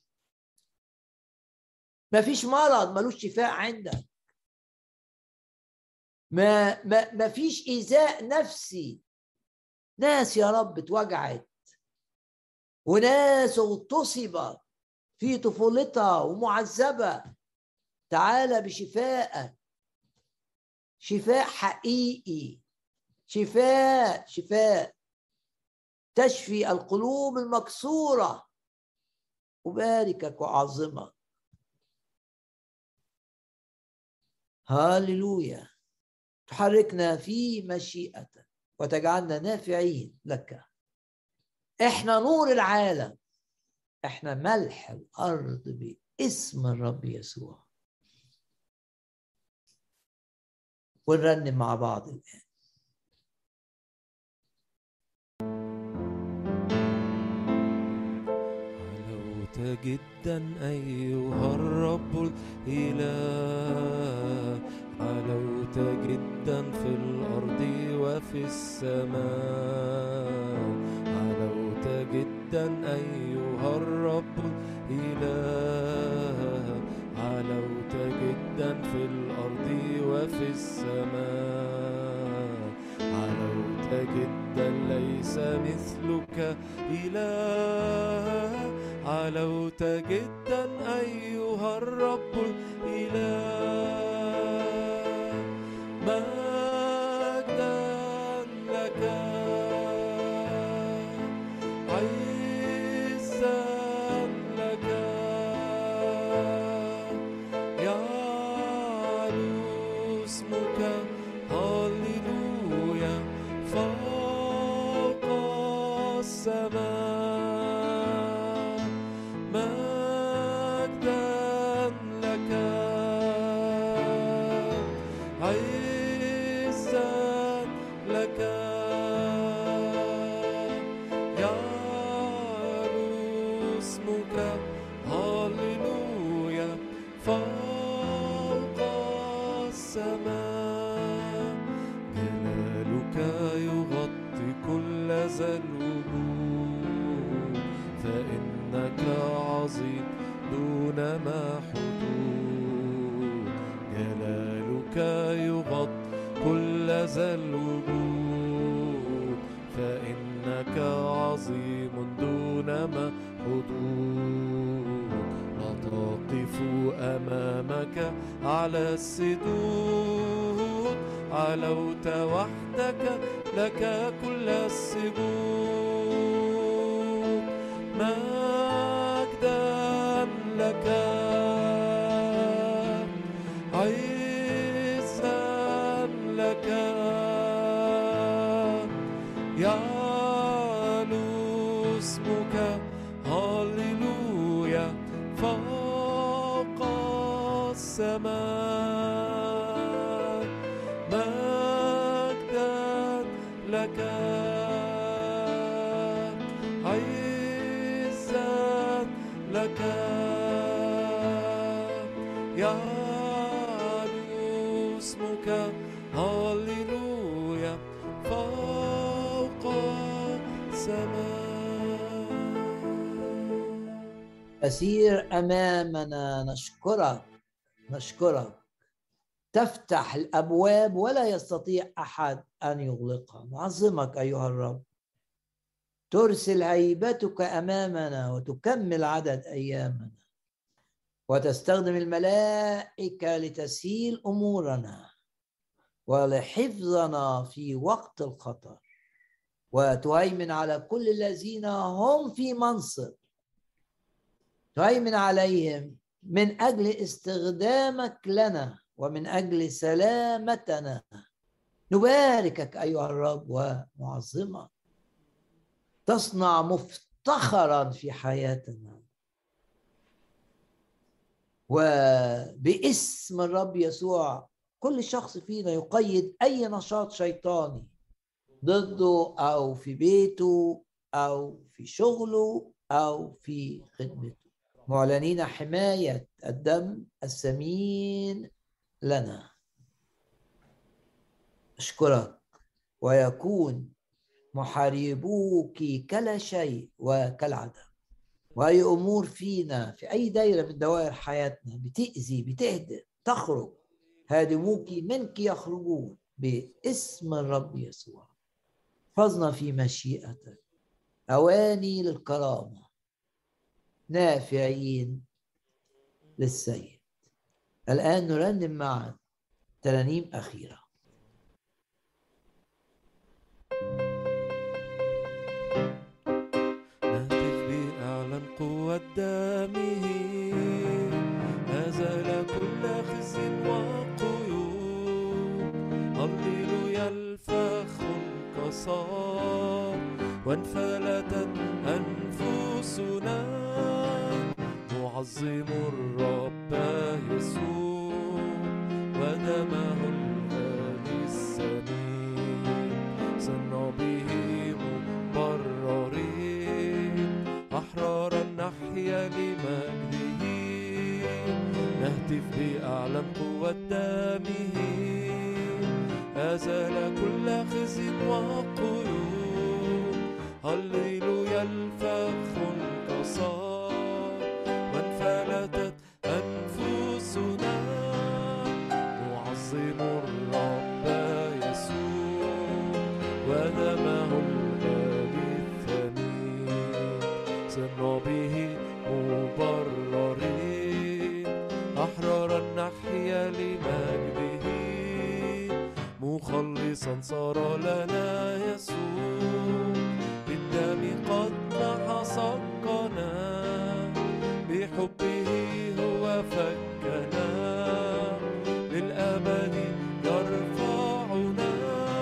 ما فيش مرض ملوش شفاء عندك، ما, ما, ما فيش إيذاء نفسي. ناس يا رب اتوجعت، وناس اغتصبت في طفولتها ومعذبة، تعالى بشفائك، شفاء حقيقي، شفاء شفاء تشفي القلوب المكسورة. أباركك وأعظمك. هاليلويا، تحركنا في مشيئتك وتجعلنا نافعين لك. احنا نور العالم، احنا ملح الأرض باسم الرب يسوع. ونرنم مع بعض الآن. علوت جدا أيها الرب الإله، علوت جدا في الأرض وفي السماء. علوت جدا أيها الرب الإله، علوت جدا في الأرض وفي السماء. علوت جدا ليس مثلك إله، علوت جدا أيها الرب الإله. مجدا لك، عزا لك، يعلو اسمك هللويا فوق السماء. مجدا لك، عزا لك، يعلو اسمك هللويا فوق السماء. جلالك يغطي كل ذا الوجود، فإنك عظيم دون ما حدود. جلالك يغطي كل ذا الوجود، فإنك عظيم دون ما حدود. لا تقف أمامك على السدود، علوت وحدك لك كل السجود. مجدا لك، عزا لك، يعلو اسمك هللويا فوق السماء. مجدا لك، عزا لك، يعلو اسمك هللويا فوق السماء. تسير أمامنا. نشكرك نشكرك، تفتح الأبواب ولا يستطيع أحد أن يغلقها. نعظمك أيها الرب، ترسل هيبتك أمامنا وتكمل عدد أيامنا، وتستخدم الملائكة لتسهيل أمورنا ولحفظنا في وقت الخطر، وتهيمن على كل الذين هم في منصب، تهيمن عليهم من أجل استخدامك لنا ومن أجل سلامتنا. نباركك أيها الرب ونعظمك، تصنع مفتخرا في حياتنا، وباسم الرب يسوع كل شخص فينا يقيد أي نشاط شيطاني ضده أو في بيته أو في شغله أو في خدمته، معلنين حماية الدم الثمين لنا. أشكرك، ويكون محاربوك كلا شيء وكالعدم، وأي أمور فينا في أي دائرة من دوائر حياتنا بتأذي بتهدم تخرج، هادموك منك يخرجون باسم الرب يسوع. حفظنا في مشيئتك، أواني للكرامة، نافعين للسيد. الآن نرنم معا ترانيم أخيرة. نهتف بأعلن قوة دمه، أزال كل خزي وقيود. هللويا الفخ انكسر وانفلتت أنفسنا، نعظم الرب يسوع ودمه الغالي الثمين. صرنا به مبررين، أحرارا نحيا لمجده. نهتف بأعلى قوة دمه، أزال كل خزي وقيود. هللويا الفخ انكسر وانفلتت أنفسنا، نعظم الرب يسوع ودمه الغالي الثمين. صرنا به مبررين، أحرارا نحيا لمجده. مخلصا صار لنا يسوع، بالدم قد محى صكنا، بحبه هو فكنا، للأبد يرفعنا.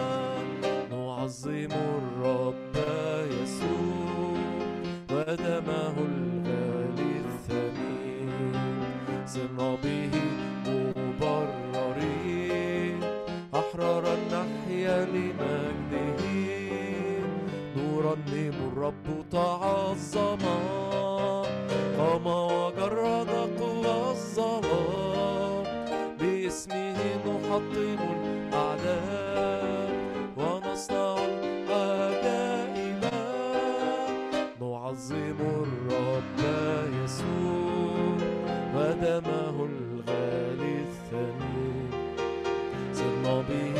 نعظم الرب يسوع ودمه الغالي الثمين. صرنا به مبررين، أحرارا نحيا لمجده. نرنم الرب تعظما، قام وجرد قوى الظلام. باسمه نحطم الأعداء ونصنع العجائب. نعظم الرب يسوع ودمه الغالي الثمين. صرنا به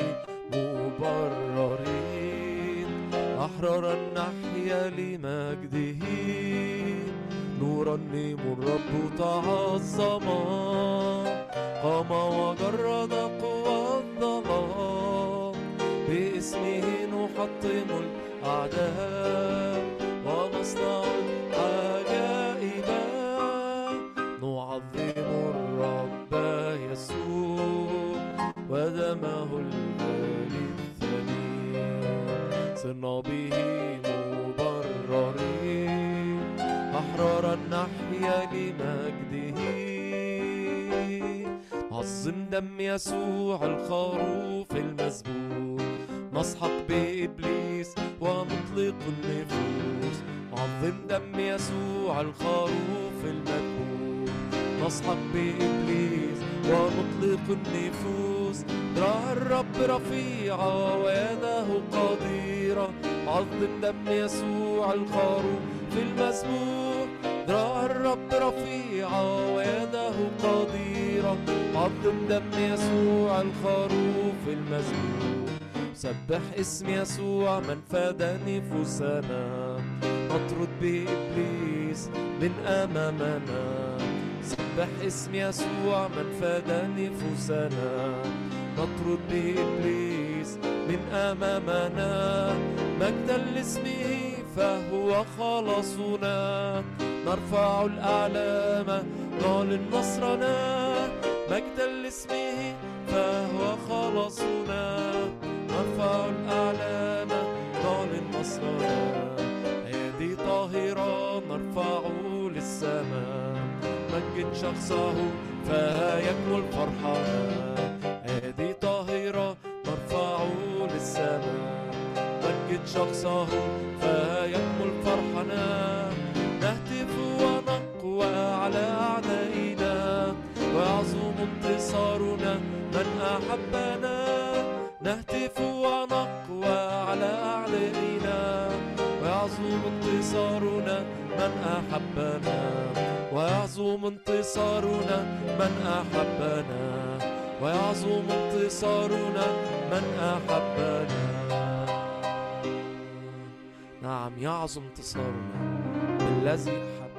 مبررين، أحرارا نحيا لمجده. نرنم الرب تعظما، قام وجرد قوى الظلام. باسمه نحطم الأعداء ونصنع العجائب. نعظم الرب يسوع ودمه الغالي الثمين. صرنا به مبررين، أحرارا نحيا لمجده. نعظم دم يسوع الخروف المذبوح، نسحق بإبليس ونطلق النفوس. نعظم دم يسوع الخروف المذبوح، نسحق بإبليس ونطلق النفوس. ذراع الرب رفيعة ويده قديرة، عظم دم يسوع الخروف المذبوح. ذراع الرب رفيعة ويده قديرة، عظم دم يسوع الخروف المذبوح. سبح اسم يسوع من فدى نفوسنا، نطرد بإبليس من أمامنا. سبح اسم يسوع من فدى نفوسنا، نطرد بإبليس من أمامنا. مجدا لاسمه فهو خلاصنا، نرفع الأعلام نعلن نصرنا. مجدا لاسمه فهو خلاصنا، نرفع الأعلام نعلن نصرنا. أيدي طاهرة نرفعه للسماء، مجد شخصه فيكمل فرحنا. أيدي طاهرة نرفعه للسماء، مجد شخصه فيكمل فرحنا. نهتف ونقوى على أعدائنا، ويعظم انتصارنا من أحبنا. نهتف ونقوى على أعدائنا، ويعظم انتصارنا من أحبنا. ويعظم انتصارنا من أحبنا، ويعظم انتصارنا من أحبنا. نعم، يعظم انتصارنا بالذي أحبنا.